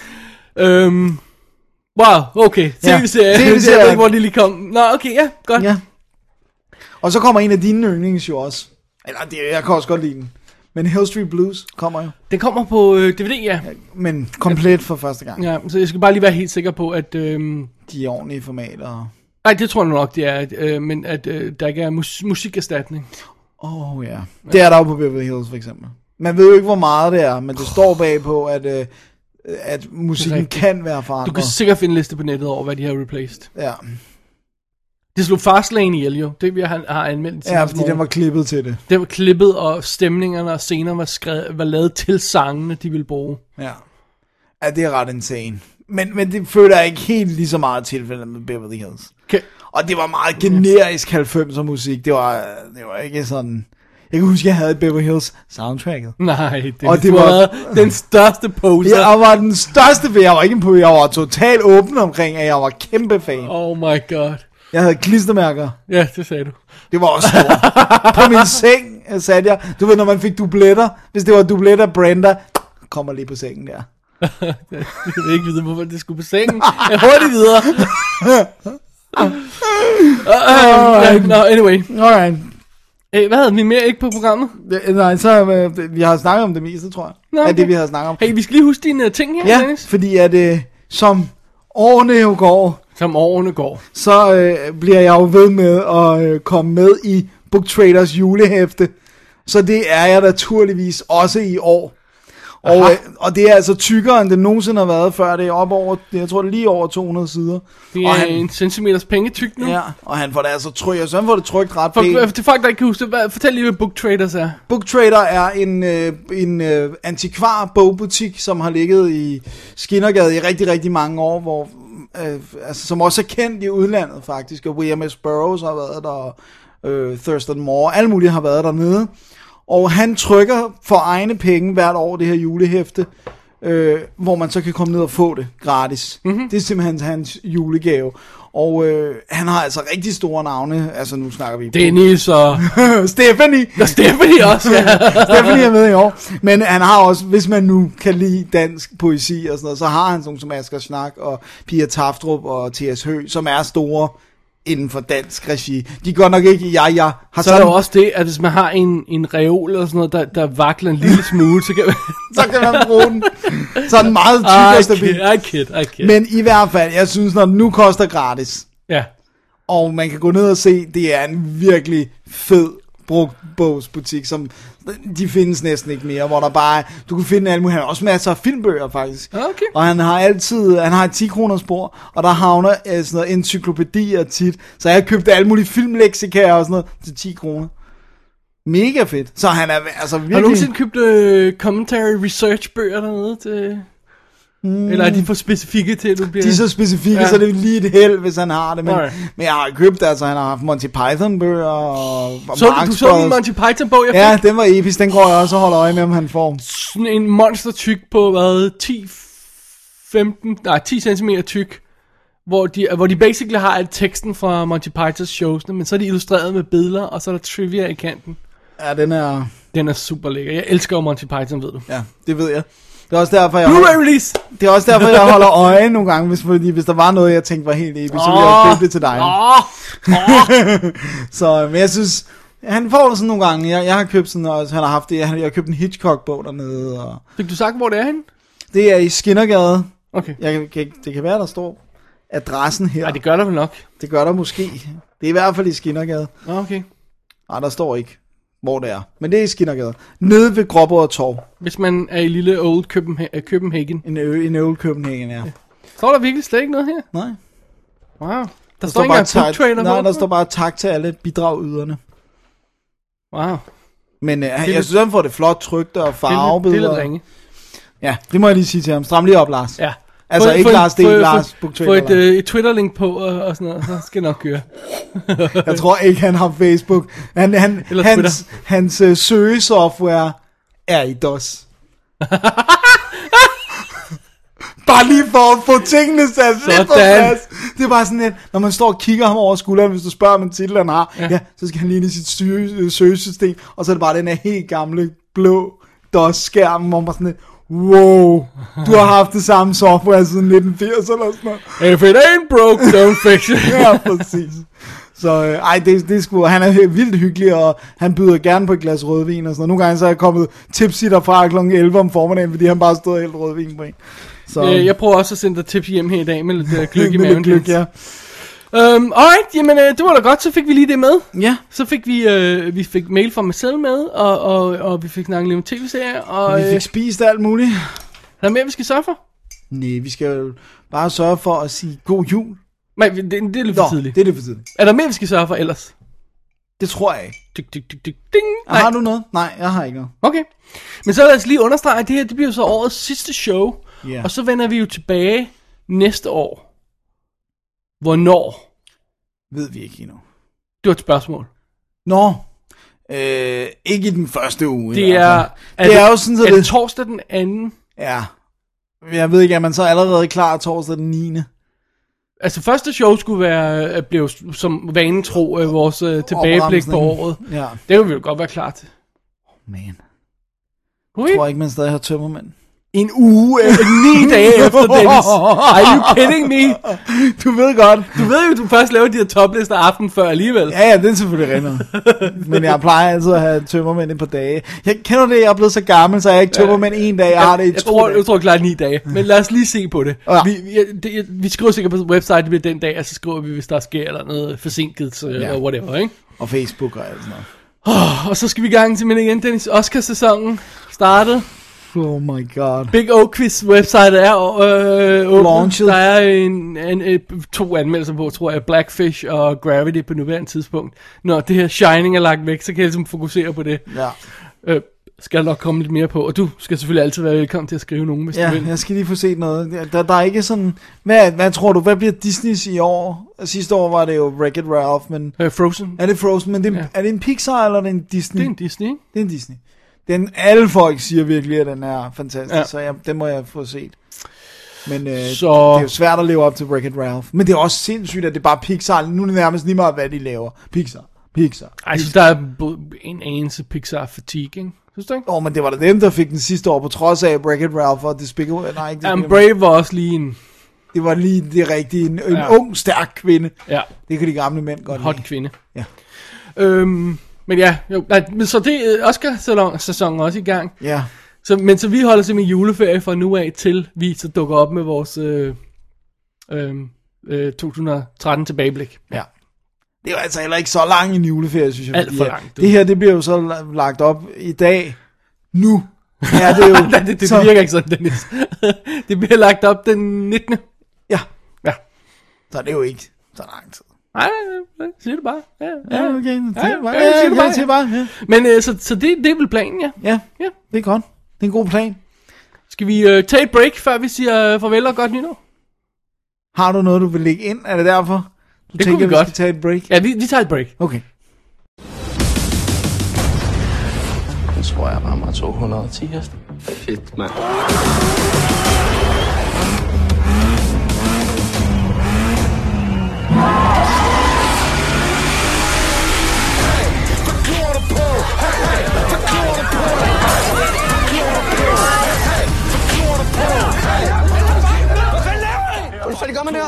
Wow, okay. TV-serie. Jeg ved ikke, hvor de lige kom. Nå, okay, ja, godt. Ja. Og så kommer en af dine yndlings jo også. Eller, jeg kan også godt lide den. Men Hill Street Blues kommer jo. Den kommer på DVD, ja. Men komplet for første gang. Ja, så jeg skal bare lige være helt sikker på, at... de er ordentlige formater. Nej, det tror jeg nok, det er. Men at der ikke er musikerstatning. Ja. Det er der jo på Beverly Hills, for eksempel. Man ved jo ikke, hvor meget det er, men det står bagpå, at musikken kan være forandret. Du kan sikkert finde en liste på nettet over, hvad de har replaced. Ja. Det slog Fastlane ihjel jo. Det vi har anmeldt. Ja, fordi den var klippet til det. Det var klippet, og stemningerne og scener var lavet til sangene, de ville bruge. Ja. Ja, det er ret insane. Men det føler jeg ikke helt lige så meget tilfældet med Beverly Hills. Okay. Og det var meget generisk 90'er musik. Det var ikke sådan... Jeg kan huske, jeg havde Beverly Hills soundtracket. Nej, det var den største poser. Jeg var den største, for jeg var ikke på. Jeg var totalt åben omkring, at jeg var kæmpe fan. Oh my god. Jeg havde klistermærker. Ja, det sagde du. Det var også stort. På min seng satte jeg. Du ved, når man fik dubletter. Hvis det var dubletter, Brenda kommer lige på sengen der. Jeg ved ikke vide, hvorfor det skulle på sengen. Jeg hurtigt videre. Anyway. Alright. Hvad havde vi mere ikke på programmet? Nej, så vi har snakket om det meste, tror jeg. Det vi har snakket om. Hey, vi skal lige huske dine ting her, Dennis. Fordi at som årene jo går. Så bliver jeg jo ved med at komme med i Book Traders julehæfte. Så det er jeg naturligvis også i år. Og det er altså tykkere, end det nogensinde har været før. Det er op over, jeg tror det er lige over 200 sider. Det er en centimeters pengetyk nu. Ja, og han får det altså trykt, så han får det trykt ret pænt. Til folk, der ikke kan huske det, fortæl lige, hvad Book Traders er. Book Trader er en antikvar bogbutik, som har ligget i Skinnergade i rigtig, rigtig mange år, hvor, som også er kendt i udlandet faktisk. Og William S. Burroughs har været der, og Thurston Moore, alle mulige har været dernede. Og han trykker for egne penge hvert år det her julehæfte, hvor man så kan komme ned og få det gratis. Mm-hmm. Det er simpelthen hans julegave. Og han har altså rigtig store navne. Altså nu snakker vi... Dennis og... Stephanie. Og Stephanie også, ja. Stephanie er med i år. Men han har også, hvis man nu kan lide dansk poesi og sådan noget, så har han sådan nogle som Asger Schnack og Pia Taftrup og T.S. Høgh, som er store inden for dansk regi. De går nok ikke, jeg har så er der jo også det, at hvis man har en reol eller sådan noget, der vakler en lille smule, så kan man bruge den. Så er den meget tyk og stabil. I kid. Men i hvert fald, jeg synes, når den nu koster gratis, ja, og man kan gå ned og se, det er en virkelig fed brugt bogsbutik, som de findes næsten ikke mere, hvor der bare, du kan finde alle mulige, han har også masser af filmbøger faktisk, okay. Og han har et 10 kroners bord, og der havner sådan noget encyklopædier tit, så jeg har købt alle mulige filmleksikaer og sådan noget til 10 kroner. Mega fedt. Så han er altså virkelig... Har du nogensinde købt commentary research bøger dernede til... Eller er de for specifikke til, at du bliver... De er så specifikke, ja. Så det er lige et held, hvis han har det. Men jeg har købt, altså han har haft Monty Python-bøger og du så min Monty Python-bog, jeg fik? Ja, den var episk. Den går jeg også og holder øje med, om han får. Sådan en monster-tyk på, 10 cm tyk, hvor de basically har alt teksten fra Monty Pythons shows, men så er de illustreret med billeder, og så er der trivia i kanten. Ja, den er super lækker. Jeg elsker Monty Python, ved du. Ja, det ved jeg. Det er også derfor, jeg holder øje nogle gange, hvis der var noget, jeg tænkte var helt episk, så ville jeg jo det til dig. Så, men jeg synes, han får det sådan nogle gange. Jeg har købt sådan, og han har haft det. Jeg har købt en Hitchcock-bog dernede. Og... Fik du sagt, hvor det er henne? Det er i Skinnergade. Okay. Det kan være, der står adressen her. Nej, det gør der vel nok. Det gør der måske. Det er i hvert fald i Skinnergade. Okay. Nej, der står ikke, hvor det er. Men det er i Skinnergade. Nede ved Gråbrød Torv. Hvis man er i lille Old Copenhagen. En Old Copenhagen, ja. Står der virkelig slet ikke noget her? Nej. Wow. Der står ikke engang Book Trader. Nej, der står bare tak til alle bidragyderne. Wow. Men jeg synes, han får det flot trykt og farvebilleder. Det er lidt ringe. Ja, det må jeg lige sige til ham. Stram lige op, Lars. Ja. Altså ikke Lars, det er Lars Buktaler. Få et Twitter-link på og sådan noget, så skal det nok køre. Jeg tror ikke, han har Facebook. Hans søgesoftware er i DOS. Bare lige for at få tingene sat lidt på plads. Det er bare sådan lidt, når man står og kigger ham over skulderen, hvis du spørger om en titel, han har, ja, så skal han lige ind i sit søgesystem, og så er det bare den her helt gamle, blå DOS-skærm, hvor man bare sådan lidt, wow, du har haft det samme software siden 1980 eller sådan noget. If it ain't broke, don't fix it. Ja, præcis. Så det er sgu, han er vildt hyggelig, og han byder gerne på et glas rødvin og sådan noget. Nogle gange så er jeg kommet tipsy derfra kl. 11 om formiddagen, fordi han bare stod og hældt rødvin på en. Så. Jeg prøver også at sende dig tips hjem her i dag med lidt gløgg i med maven. Gløgg, ja. Alright, jamen det var da godt, så fik vi lige det med. Ja. Så fik vi fik mail fra mig selv med, og vi fik snakket lidt om tv-serier. Og vi fik spist alt muligt. Er der mere, vi skal sørge for? Nej, vi skal jo bare sørge for at sige god jul. Nej, det er lidt for tidligt. Det er lidt for tidligt. Er der mere, vi skal sørge for ellers? Det tror jeg ikke. Ding. Har du noget? Nej, jeg har ikke noget. Okay. Men så lad os lige understrege, at det her det bliver så årets sidste show. Yeah. Og så vender vi jo tilbage næste år. Hvornår? Ved vi ikke endnu. Det var et spørgsmål. Nå. Ikke i den første uge. Det er jo sådan, så det torsdag den anden. Ja. Jeg ved ikke, er man så allerede klar torsdag den 9. Altså første show skulle være blev som vanen tro vores tilbageblik på året. Ja. Det vil vi jo godt være klar til. Man. Jeg tror ikke man stadig har tømmermænd. En uge 9 dage efter Dennis. Are you kidding me? Du ved godt. Du ved jo, du først laver de her toplister aften før alligevel. Ja, det er selvfølgelig rigtigt. Men jeg plejer altid at have tømmermænd et par dage. Jeg kender det, jeg er blevet så gammel, så jeg ikke tømmermænd en dag. Jeg har det i 2 dage. Jeg tror klart 9 dage. Men lad os lige se på det. Ja. Vi skriver sikkert på website, det bliver den dag, og så skriver vi, hvis der sker eller noget forsinket og whatever, ikke? Og Facebook og alt sådan noget. Og så skal vi i gang til igen, Dennis. Oscar-sæsonen startet. Oh my god. Big O Quiz website er launchet. Der er 2 anmeldelser på, tror jeg, Blackfish og Gravity på nuværende tidspunkt. Når det her Shining er lagt væk, så kan jeg ligesom fokusere på det. Ja. Skal der nok komme lidt mere på. Og du skal selvfølgelig altid være velkommen til at skrive nogen, hvis du vil. Ja, jeg skal lige få set noget. Der er ikke sådan... Hvad tror du, hvad bliver Disneys i år? Sidste år var det jo Wreck-It Ralph, men... Frozen. Er det Frozen, men er det en Pixar, eller er det en Disney? Det er en Disney, ikke? Det er en Disney. Alle folk siger virkelig, at den er fantastisk, så den må jeg få set. Men det er jo svært at leve op til Wreck-It Ralph. Men det er også sindssygt, at det er bare Pixar. Nu er det nærmest lige meget, hvad de laver. Pixar. Altså, der er en anelse Pixar-fatigue, ikke? Synes du ikke? Men det var da dem, der fik den sidste år, på trods af Wreck-It Ralph og Despicable. Brave var også lige en... Det var lige det rigtige. En ung, stærk kvinde. Ja. Det kan de gamle mænd godt lide. Hot kvinde. Ja. Men ja, så det Oscar-sæsonen også i gang. Ja. Så vi holder simpelthen juleferie fra nu af til vi så dukker op med vores 2013 tilbageblik. Ja. Det er jo altså heller ikke så lang en juleferie, synes jeg. Alt for langt. Det her, det bliver jo så lagt op i dag. Nu er det jo... det virker ikke sådan, Dennis. Det bliver lagt op den 19. Ja. Så er det jo ikke så lang tid. Nej, siger det bare. Ja, okay. Siger det bare. Ja. Men så det er vel planen, ja. Ja, det er godt. Det er en god plan. Skal vi tage et break, før vi siger farvel og godt nytår? Har du noget, du vil lægge ind? Er det derfor, du det tænker, vi godt. Skal tage et break? Ja, vi tager et break. Okay. Jeg tror, jeg rammer 210 heste. Fedt, mand. Så det gør man der.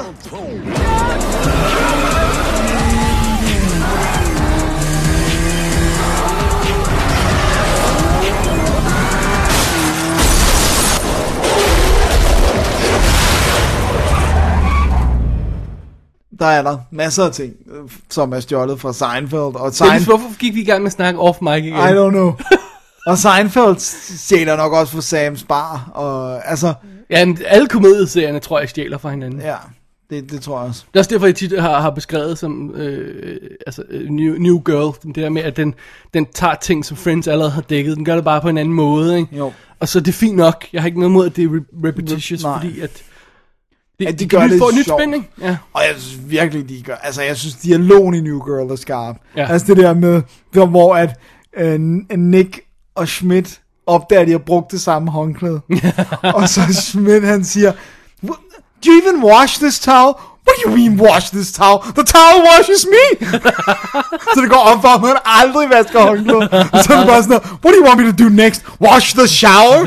Der er der masser af ting, som er stjålet fra Seinfeld. Og hvorfor gik vi i gang med at snakke off mic igen? I don't know. Og Seinfeld stjæler nok også fra Sam's Bar. Og, altså... Ja, alle komedieserierne tror jeg stjæler fra hinanden. Ja. Det tror jeg også. Det er også derfor, jeg tit har beskrevet som New Girl. Det der med, at den tager ting, som Friends allerede har dækket. Den gør det bare på en anden måde, ikke? Jo. Og så er det fint nok. Jeg har ikke noget mod, at det er repetitious, fordi at de gør det får nyt sjovt. spænding. Ja. Og jeg synes virkelig, de gør. Altså, jeg synes, dialogen i New Girl er skarp. Ja. Altså, det der med, hvor at Nick og Schmidt opdager, at de har brugt det samme håndklæde. Og så Schmidt, han siger, do you even wash this towel? What do you mean wash this towel? The towel washes me! Så det går op for, at man aldrig vasker håndklæde. Og så er det bare sådan noget, what do you want me to do next? Wash the shower?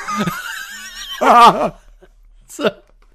Så,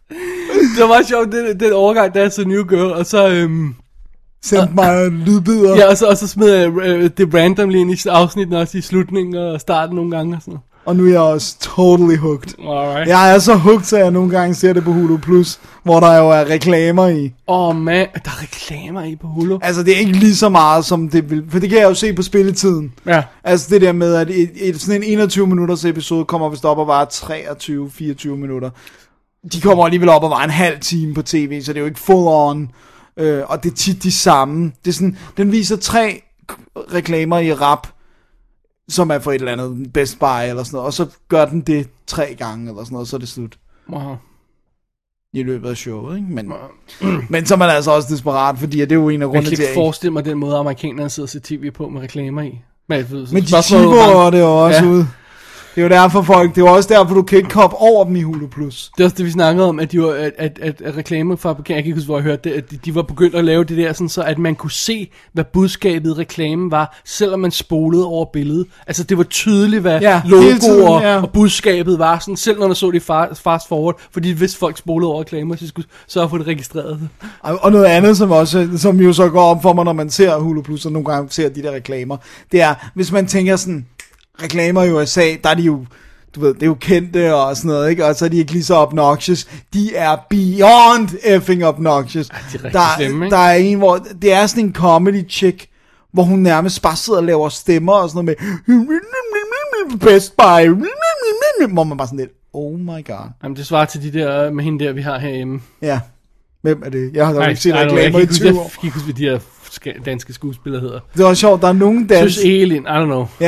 det var sjovt, den overgang, der er så New Girl, og så... Sendte mig lydbider. Ja, og så smed jeg det randomly ind i afsnitten, også i slutningen og starten nogle gange og sådan noget. Og nu er jeg også totally hooked. Alright. Jeg er så hooked, så jeg nogle gange ser det på Hulu Plus, hvor der jo er reklamer i. Man, der er reklamer i på Hulu. Altså, det er ikke lige så meget, som det vil... For det kan jeg jo se på spilletiden. Ja. Altså, det der med, at sådan en 21-minutters episode kommer vist op og varer 23-24 minutter. De kommer alligevel op og varer en halv time på tv, så det er jo ikke full on. Og det er tit de samme. Det er sådan, den viser 3 reklamer i rap, som er for et eller andet Best Buy eller sådan noget, og så gør den det 3 gange eller sådan noget, og så er det slut. Wow. I løbet af showet, ikke? Men så er man altså også desperat, fordi det er jo en af grundene til... Jeg kan ikke forestille mig den måde, amerikanerne sidder og ser tv på med reklamer i. Men de chiver det jo også ud. Det er jo derfor folk, det er jo også derfor, du kan ikke hoppe over dem i Hulu Plus. Det er også det, vi snakkede om, at de var, at reklamefabrikanter, jeg kan ikke huske, hvor jeg hørte det, at de var begyndt at lave det der, sådan så at man kunne se, hvad budskabet i reklamen var, selvom man spolede over billedet. Altså det var tydeligt, hvad logoer og budskabet var, sådan, selv når man så det fast forward, fordi hvis folk spolede over reklamer, så skulle så få det registreret. Og noget andet, som jo så går op for mig, når man ser Hulu Plus, og nogle gange ser de der reklamer, det er, hvis man tænker sådan, reklamer i USA, der er de jo, du ved, det er jo kendte og sådan noget, ikke? Og så er de ikke lige så obnoxious. De er beyond effing obnoxious. Der er en, hvor det er sådan en comedy chick, hvor hun nærmest bare sidder og laver stemmer og sådan noget med Best Buy, hvor man bare sådan lidt, oh my god. Jamen det svarer til de der med hende der, vi har herhjemme. Ja. Hvem er det? Jeg har da ikke set reklamer i 20 år. Jeg kan ikke huske, hvad de her danske skuespillere hedder. Det var sjovt, der er nogen dansk... Søs Elin, I don't know. Ja,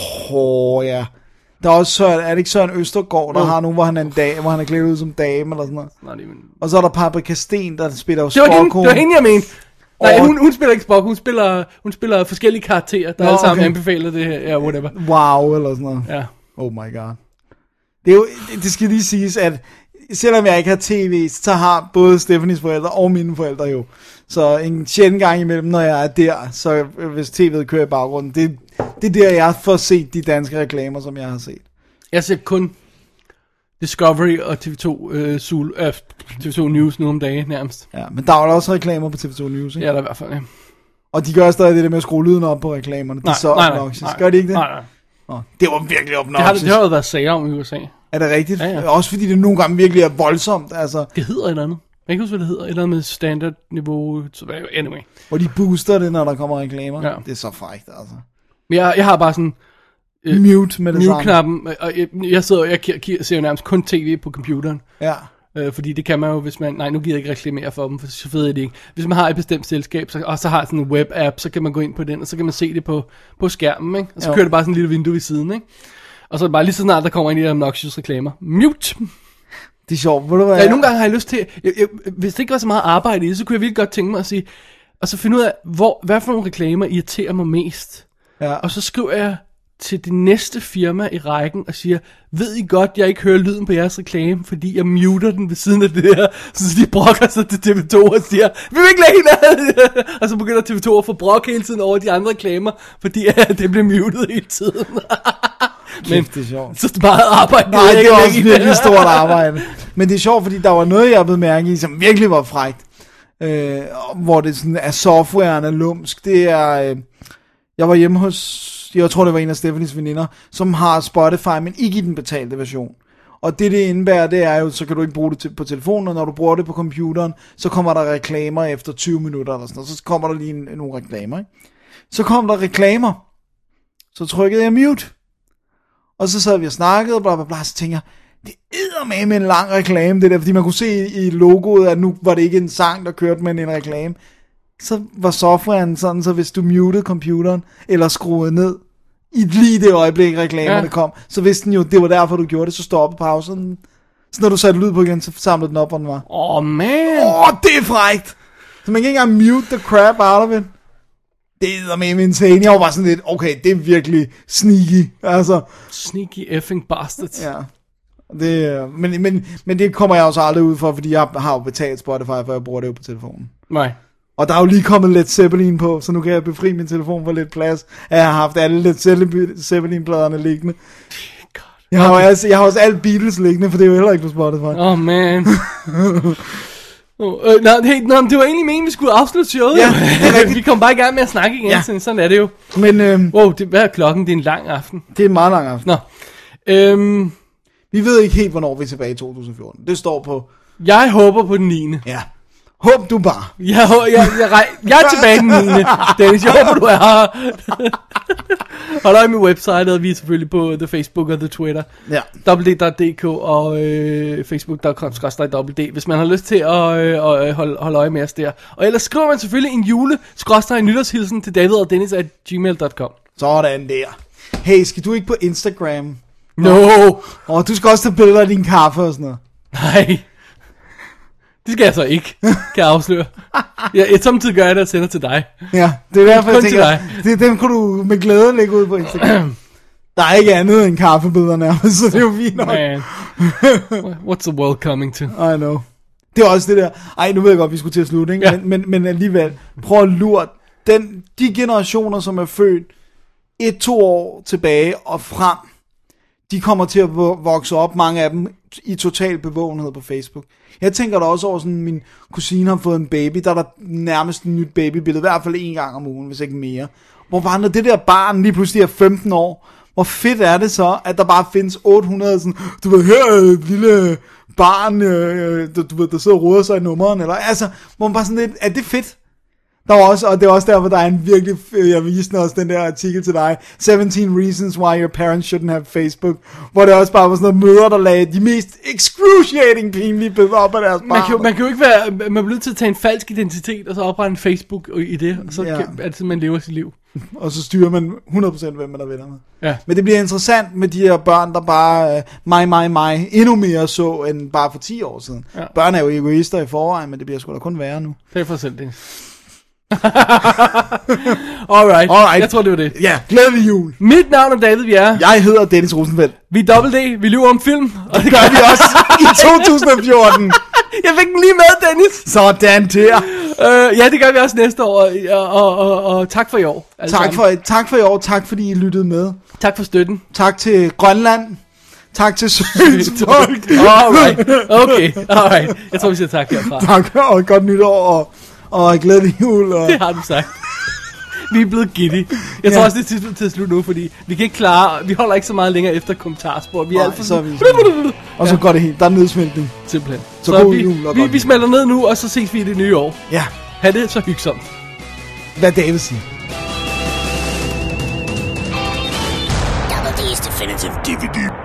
ja. Der er også Søren, er det ikke Søren Østergaard, der har nogen, hvor han er en dame, hvor han er klædt ud som dame eller sådan noget. Og så er der Paprika Sten, der spiller jo Spock. Det var hende, jeg mente. Nej, hun spiller ikke Spock, hun spiller forskellige karakterer, der alle sammen anbefaler det her, ja, whatever. Wow, eller sådan noget. Ja. Oh my god. Det er jo, det skal lige siges, at selvom jeg ikke har tv, så har både Stephanies forældre og mine forældre jo. Så en sjældent gang imellem, når jeg er der, så hvis tv'et kører i baggrunden, det er der, jeg får set de danske reklamer, som jeg har set. Jeg ser kun Discovery og TV2 News nu om dagen nærmest. Ja, men der er jo også reklamer på TV2 News, ikke? Ja, der er i hvert fald, ja. Og de gør stadig det der med at skrue lyden op på reklamerne. Det er så obnoxious. Gør de ikke det? Nej. Det var virkelig obnoxious. Det har jo været sager om i USA. Er det rigtigt? Ja. Også fordi det nogle gange virkelig er voldsomt, altså. Det hedder et eller andet. Jeg kan ikke huske, hvad det hedder. Et eller andet med standard-niveau. Anyway. Og de booster det, når der kommer reklamer. Ja. Det er så frækt, altså. Men jeg har bare sådan... mute med det mute-knappen. Og jeg ser jo nærmest kun tv på computeren. Ja. Fordi det kan man jo, hvis man... Nej, nu gider jeg ikke reklamere for dem, for så fed er det ikke. Hvis man har et bestemt selskab, og så har sådan en web-app, så kan man gå ind på den, og så kan man se det på skærmen, ikke? Og så kører det bare sådan en lille vindue ved siden, ikke? Og så er det bare lige så snart, der kommer ind i de obnoxious reklamer. Mute! Det er sjovt, ved du hvad? Ja, nogle gange har jeg lyst til... Hvis det ikke var så meget arbejde i det, så kunne jeg virkelig godt tænke mig at sige... Og så finde ud af, hvad for nogle reklamer irriterer mig mest. Ja. Og så skriver jeg til det næste firma i rækken og siger, ved I godt, jeg ikke hører lyden på jeres reklame, fordi jeg muter den ved siden af det der, så de brokker sig til TV2 og siger, vi vil ikke lade hende. Og så begynder TV2 at få brok hele tiden over de andre reklamer, fordi det bliver mutet hele tiden. Men det er sjovt. Så meget arbejde. Nej, det er også virkelig stort arbejde. Men det er sjovt, fordi der var noget, jeg blev mærke i, som virkelig var frækt. Hvor det sådan er softwaren er lumsk. Det er... jeg var hjemme hos... Jeg tror, det var en af Stephanies veninder, som har Spotify, men ikke i den betalte version. Og det indebærer, det er jo, så kan du ikke bruge det på telefonen, og når du bruger det på computeren, så kommer der reklamer efter 20 minutter eller sådan noget. Så kommer der lige nogle reklamer, ikke? Så kom der reklamer. Så trykkede jeg mute. Og så sad vi og snakkede, bla bla bla, så tænkte jeg, Det er med en lang reklame, det der, fordi man kunne se i logoet, at nu var det ikke en sang, der kørte, men en reklame. Så var softwaren sådan, så hvis du mutede computeren, eller skruede ned, i lige det øjeblik reklamerne kom, så vidste den jo, det var derfor, du gjorde det, så stoppede pausen. Så når du satte lyd på igen, så samlede den op, hvor den var. Man. Det er frækt! Så man kan ikke engang mute the crap out of it. Det er med insane. Jeg var bare sådan lidt, okay, det er virkelig sneaky. Altså. Sneaky effing bastards. Ja. Det, men det kommer jeg også aldrig ud for, fordi jeg har jo betalt Spotify, for jeg bruger det jo på telefonen. Nej. Og der er jo lige kommet Led Zeppelin på, så nu kan jeg befri min telefon for lidt plads. Jeg har haft alle Led Zeppelin-pladerne liggende. Jeg har også alle Beatles liggende, for det er jo heller ikke på Spotify. Man. Det var egentlig meningen, vi skulle afslutte showet. Ja, vi kom bare i gang med at snakke igen, sådan er det jo. Men, hvad er klokken? Det er en lang aften. Det er en meget lang aften. Nå. Vi ved ikke helt, hvornår vi er tilbage i 2014. Det står på... Jeg håber på den 9. Ja. Håb du bare. Jeg er tilbage den 9. Dennis, jeg håber, du er her. Hold øje med websitet, og vi er selvfølgelig på The Facebook og The Twitter. Ja. www.dk og facebook.com/www, hvis man har lyst til at holde øje med os der. Og ellers skriver man selvfølgelig en nytårshilsen til David og Dennis at gmail.com. Sådan der. Hey, skal du ikke på Instagram? No. Og du skal også tage billeder af din kaffe og sådan noget. Nej. Det skal jeg så ikke, kan jeg afsløre. Samtidig gør jeg det og sender til dig. Ja, det er derfor, kun jeg tænker, dem kunne du med glæde lægge ud på Instagram. Der er ikke andet end kaffebilleder nærmest, så det er jo fint nok. Man. What's the world coming to? I know. Det er også det der, nu ved jeg godt, vi skulle til at slutte, ikke? Ja. Men alligevel, prøv at lure, de generationer, som er født 1-2 år tilbage og frem, de kommer til at vokse op, mange af dem, i total bevågenhed på Facebook. Jeg tænker da også over sådan, min kusine har fået en baby, der er der nærmest en nyt babybillede, i hvert fald 1 gang om ugen, hvis ikke mere. Hvor bare når det der barn lige pludselig er 15 år, hvor fedt er det så, at der bare findes 800 sådan, du ved, her et lille barn, du ved, der sidder og roder sig i nummeren, eller altså, hvor man bare sådan lidt, er det fedt? Der var også, og det er også derfor, der er en virkelig, jeg viste også den der artikel til dig, 17 Reasons Why Your Parents Shouldn't Have Facebook, hvor det også bare var sådan noget mødre, der lagde de mest excruciating pinlige billeder op af deres barn. Man kan jo ikke være, man bliver nødt til at tage en falsk identitet, og så oprette en Facebook i det, og så er det sådan, man lever sit liv. Og så styrer man 100% hvem man er venner med. Ja. Men det bliver interessant med de her børn, der bare mig, endnu mere så, end bare for 10 år siden. Ja. Børn er jo egoister i forvejen, men det bliver sgu da kun værre nu. Det er for selv det. Alright. Jeg tror det var det. Ja, glædelig jul. Mit navn er David Bjerre. Jeg hedder Dennis Rosenfeldt. Vi er Double D, vi lyver om film. Og det gør vi også i 2014. Jeg fik den lige med, Dennis. Sådan der. Ja, det gør vi også næste år. Og tak for i år. Tak for i år. Tak fordi I lyttede med. Tak for støtten. Tak til Grønland. Tak til Søens folk. Alright. Okay. Alright. Jeg tror vi siger tak herfra. Tak og godt nytår og glædelig jul. Og... Det har du sagt. Vi er blevet giddy. Jeg tror også, det er til slut nu, fordi vi kan ikke klare... Vi holder ikke så meget længere efter kommentarspor. Vi er alt for sådan... Og så går det helt. Der er nedsmeltning. Simpelthen. Så god jul og vi smelter ned nu, og så ses vi i det nye år. Ja. Ha' det så hyggesomt. Hvad David siger. Double D's Definitive DVD